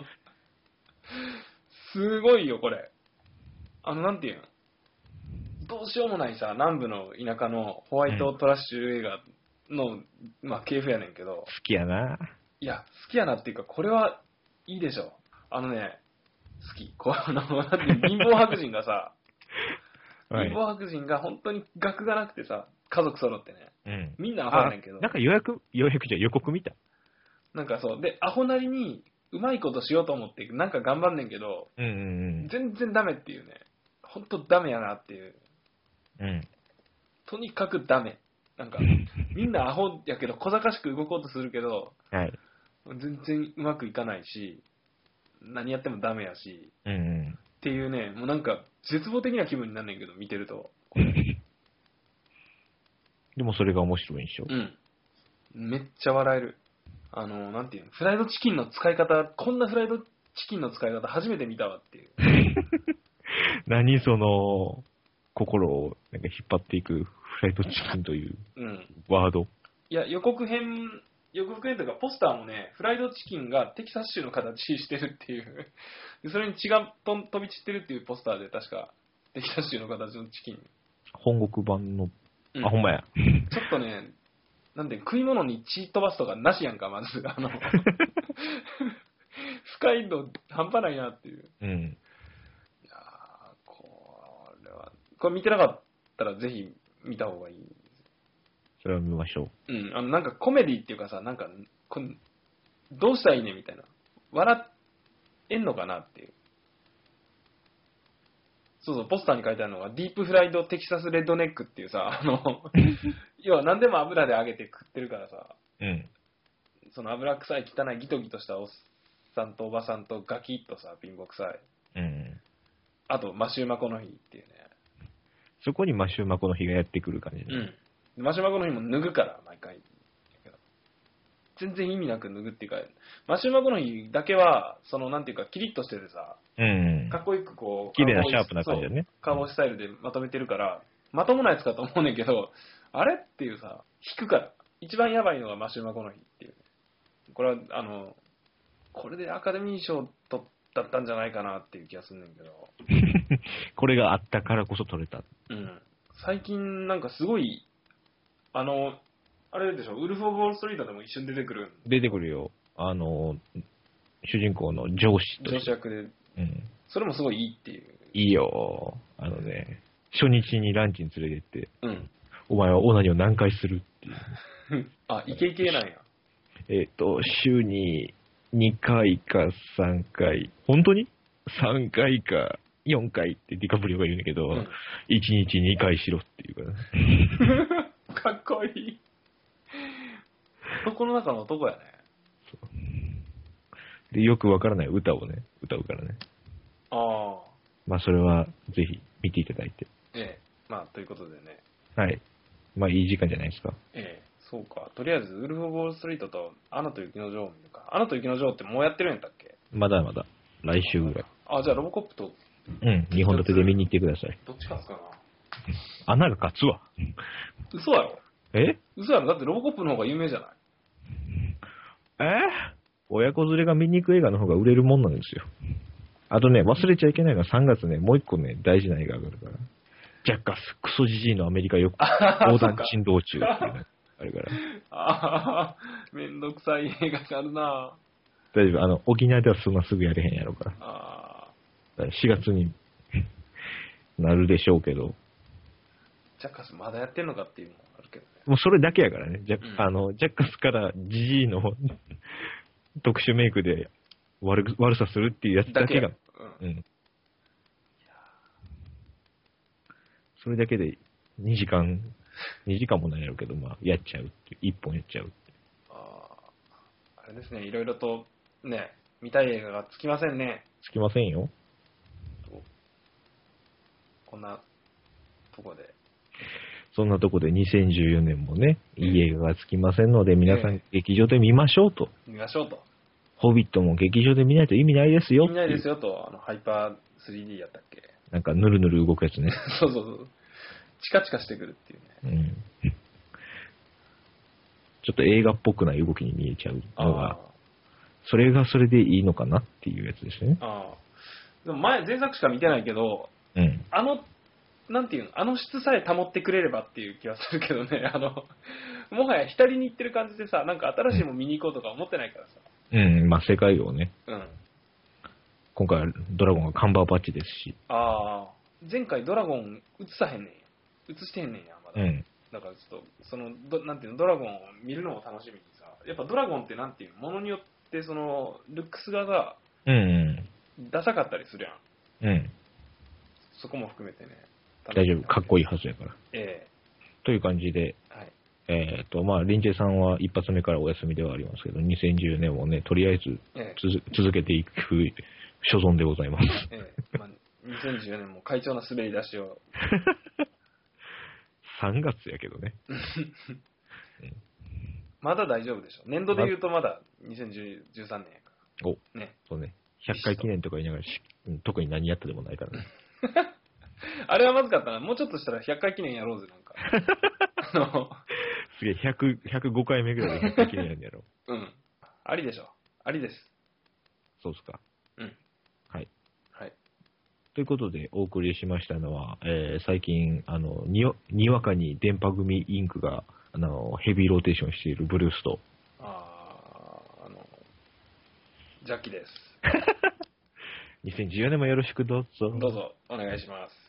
すごいよ、これ。なんていうの？どうしようもないさ、南部の田舎のホワイトトラッシュ映画の、まあ、系譜やねんけど。 好きやな。 いや、好きやなっていうか、これはいいでしょ。好き。貧乏白人がさ、貧乏白人が本当に学がなくてさ、家族揃ってね。みんなアホやねんけど。 なんか予告見た。 なんかそう。で、アホなりにうまいことしようと思って、なんか頑張んねんけど、全然ダメっていうね。本当ダメやなっていう。とにかくダメ。なんか、みんなアホやけど、小賢しく動こうとするけど、全然うまくいかないし、何やってもダメやし、っていうね、もうなんか、絶望的な気分になんねんけど、見てると。 でもそれが面白いんでしょ？ めっちゃ笑える。なんていうの、フライドチキンの使い方、こんなフライドチキンの使い方初めて見たわっていう。 何その、心をなんか引っ張っていくフライドチキンというワード。 いや、予告編というかポスターもね、フライドチキンがテキサス州の形してるっていう。それに血が飛び散ってるっていうポスターで確か、テキサス州の形のチキン。 本国版の、ほんまや。 ちょっとね、なんで食い物に血飛ばすとかなしやんか、まず。不快度半端ないなっていう。いやこれ見てなかったらぜひ見た方がいい。 それは見ましょう。 なんかコメディっていうかさ、なんか、どうしたらいいねみたいな。笑っえんのかなっていう。そうそう、ポスターに書いてあるのが、ディープフライドテキサスレッドネックっていうさ、要は何でも油で揚げて食ってるからさ、 うん。 その油臭い汚いギトギトしたおっさんとおばさんとガキッとさ、貧乏臭い。 うん。 あと、マシューマコの日っていうね。 そこにマシューマコの日がやってくる感じ、ね。 うん。マシューマコの日も脱ぐから、毎回。全然意味なく脱ぐっていうか、マシューマコの日だけは、その、なんていうか、キリッとしててさ、 うん。 かっこよくこう、 綺麗なシャープな感じだね。 カーボンスタイルでまとめてるから、まともなやつかと思うねんけど、あれっていうさ、引くから。一番やばいのがマシューマコの日っていう。これは、これでアカデミー賞取ったんじゃないかなっていう気がするんだけど。 これがあったからこそ取れた。 うん。最近なんかすごい、あれでしょ、ウルフ・オブ・ウォール・ストリートでも一瞬出てくる。 出てくるよ。主人公の上司と。 上司役で。うん。それもすごいいいっていう。 いいよ。初日にランチに連れてって、うん。お前はオナニーを何回するっていう。 あ、イケイケなんや。 週に2回か3回。本当に ?3 回か4回ってディカプリオが言うんだけど、うん、1日2回しろっていうから。 かっこいい。男の中の男やね。 で、よくわからない歌をね、歌うからね。 ああ。 まあ、それはぜひ見ていただいて。 ええ。まあ、ということでね。 はい。まあ、いい時間じゃないですか。 ええ。そうか。とりあえず、ウルフ・オブ・ウォール・ストリートとアナと雪の女王を見るか。アナと雪の女王ってもうやってるんやったっけ？ まだまだ。来週ぐらい。 あ、じゃあロボコップと。 うん。2本立てで見に行ってください。 どっち勝つかな。 アナが勝つわ。 嘘やろ？ え？ 嘘やろ？だってロボコップの方が有名じゃない？ 親子連れが見に行く映画の方が売れるもんなんですよ。あとね、忘れちゃいけないのは3月ね、もう一個ね、大事な映画があるから。ジャッカス、クソジジイのアメリカ横断珍道中っていうね、あれから。 ああ、めんどくさい映画があるな。 大丈夫、沖縄ではそんなすぐやれへんやろから。 ああ。4月になるでしょうけど。 ジャッカスまだやってんのかっていうのもあるけどね。 もうそれだけやからね。ジャッカスからジジイの特殊メイクで悪さするっていうやつだけが。うん。それだけで2時間もないやろうけど、まあ、やっちゃうっていう。1本やっちゃうって。 あれですね、いろいろとね、見たい映画がつきませんね。 つきませんよ。 こんなとこで。 そんなとこで2014年もね、いい映画がつきませんので、皆さん劇場で見ましょうと。 見ましょうと。 ホビットも劇場で見ないと意味ないですよ。 意味ないですよと、ハイパー 3D やったっけ？ なんかぬるぬる動くやつね。 そうそうそう。チカチカしてくるっていうね。 うん。ちょっと映画っぽくない動きに見えちゃうのが、それがそれでいいのかなっていうやつですね。 でも前作しか見てないけど、 うん。 なんていうの、質さえ保ってくれればっていう気はするけどね、もはや浸りに行ってる感じでさ、なんか新しいもん見に行こうとか思ってないからさ。 うん、まあ世界をね。 うん。 今回はドラゴンがカンバーバッチですし。 前回ドラゴン映さへんねんや。映してへんねんや、まだ。 うん。 だからちょっと、なんていうの、ドラゴンを見るのも楽しみにさ、やっぱドラゴンってなんていうの、ものによってルックスがさ、ダサかったりするやん。 うん。 そこも含めてね。 大丈夫、かっこいいはずやから。という感じで、 はい。 まあ、リンジェさんは一発目からお休みではありますけど、2010年もね、とりあえず、続けていく所存でございます。 まあ、2014年も快調な滑り出しを。 3月やけどね。 まだ大丈夫でしょ。年度で言うとまだ2013年やから。 ね。そうね。100回記念とか言いながら特に何やったでもないからね。 あれはまずかったな。もうちょっとしたら100回記念やろうぜ、なんか。 すげえ、105回目ぐらいで100回記念やるんやろ。 うん。ありでしょ。ありです。 そうっすか。 うん。 はい。 はい。 ということで、お送りしましたのは、最近、にわかに電波組インクが、ヘビーローテーションしているブルースと、 ジャッキです。 2014年もよろしくどうぞ。 どうぞ、お願いします。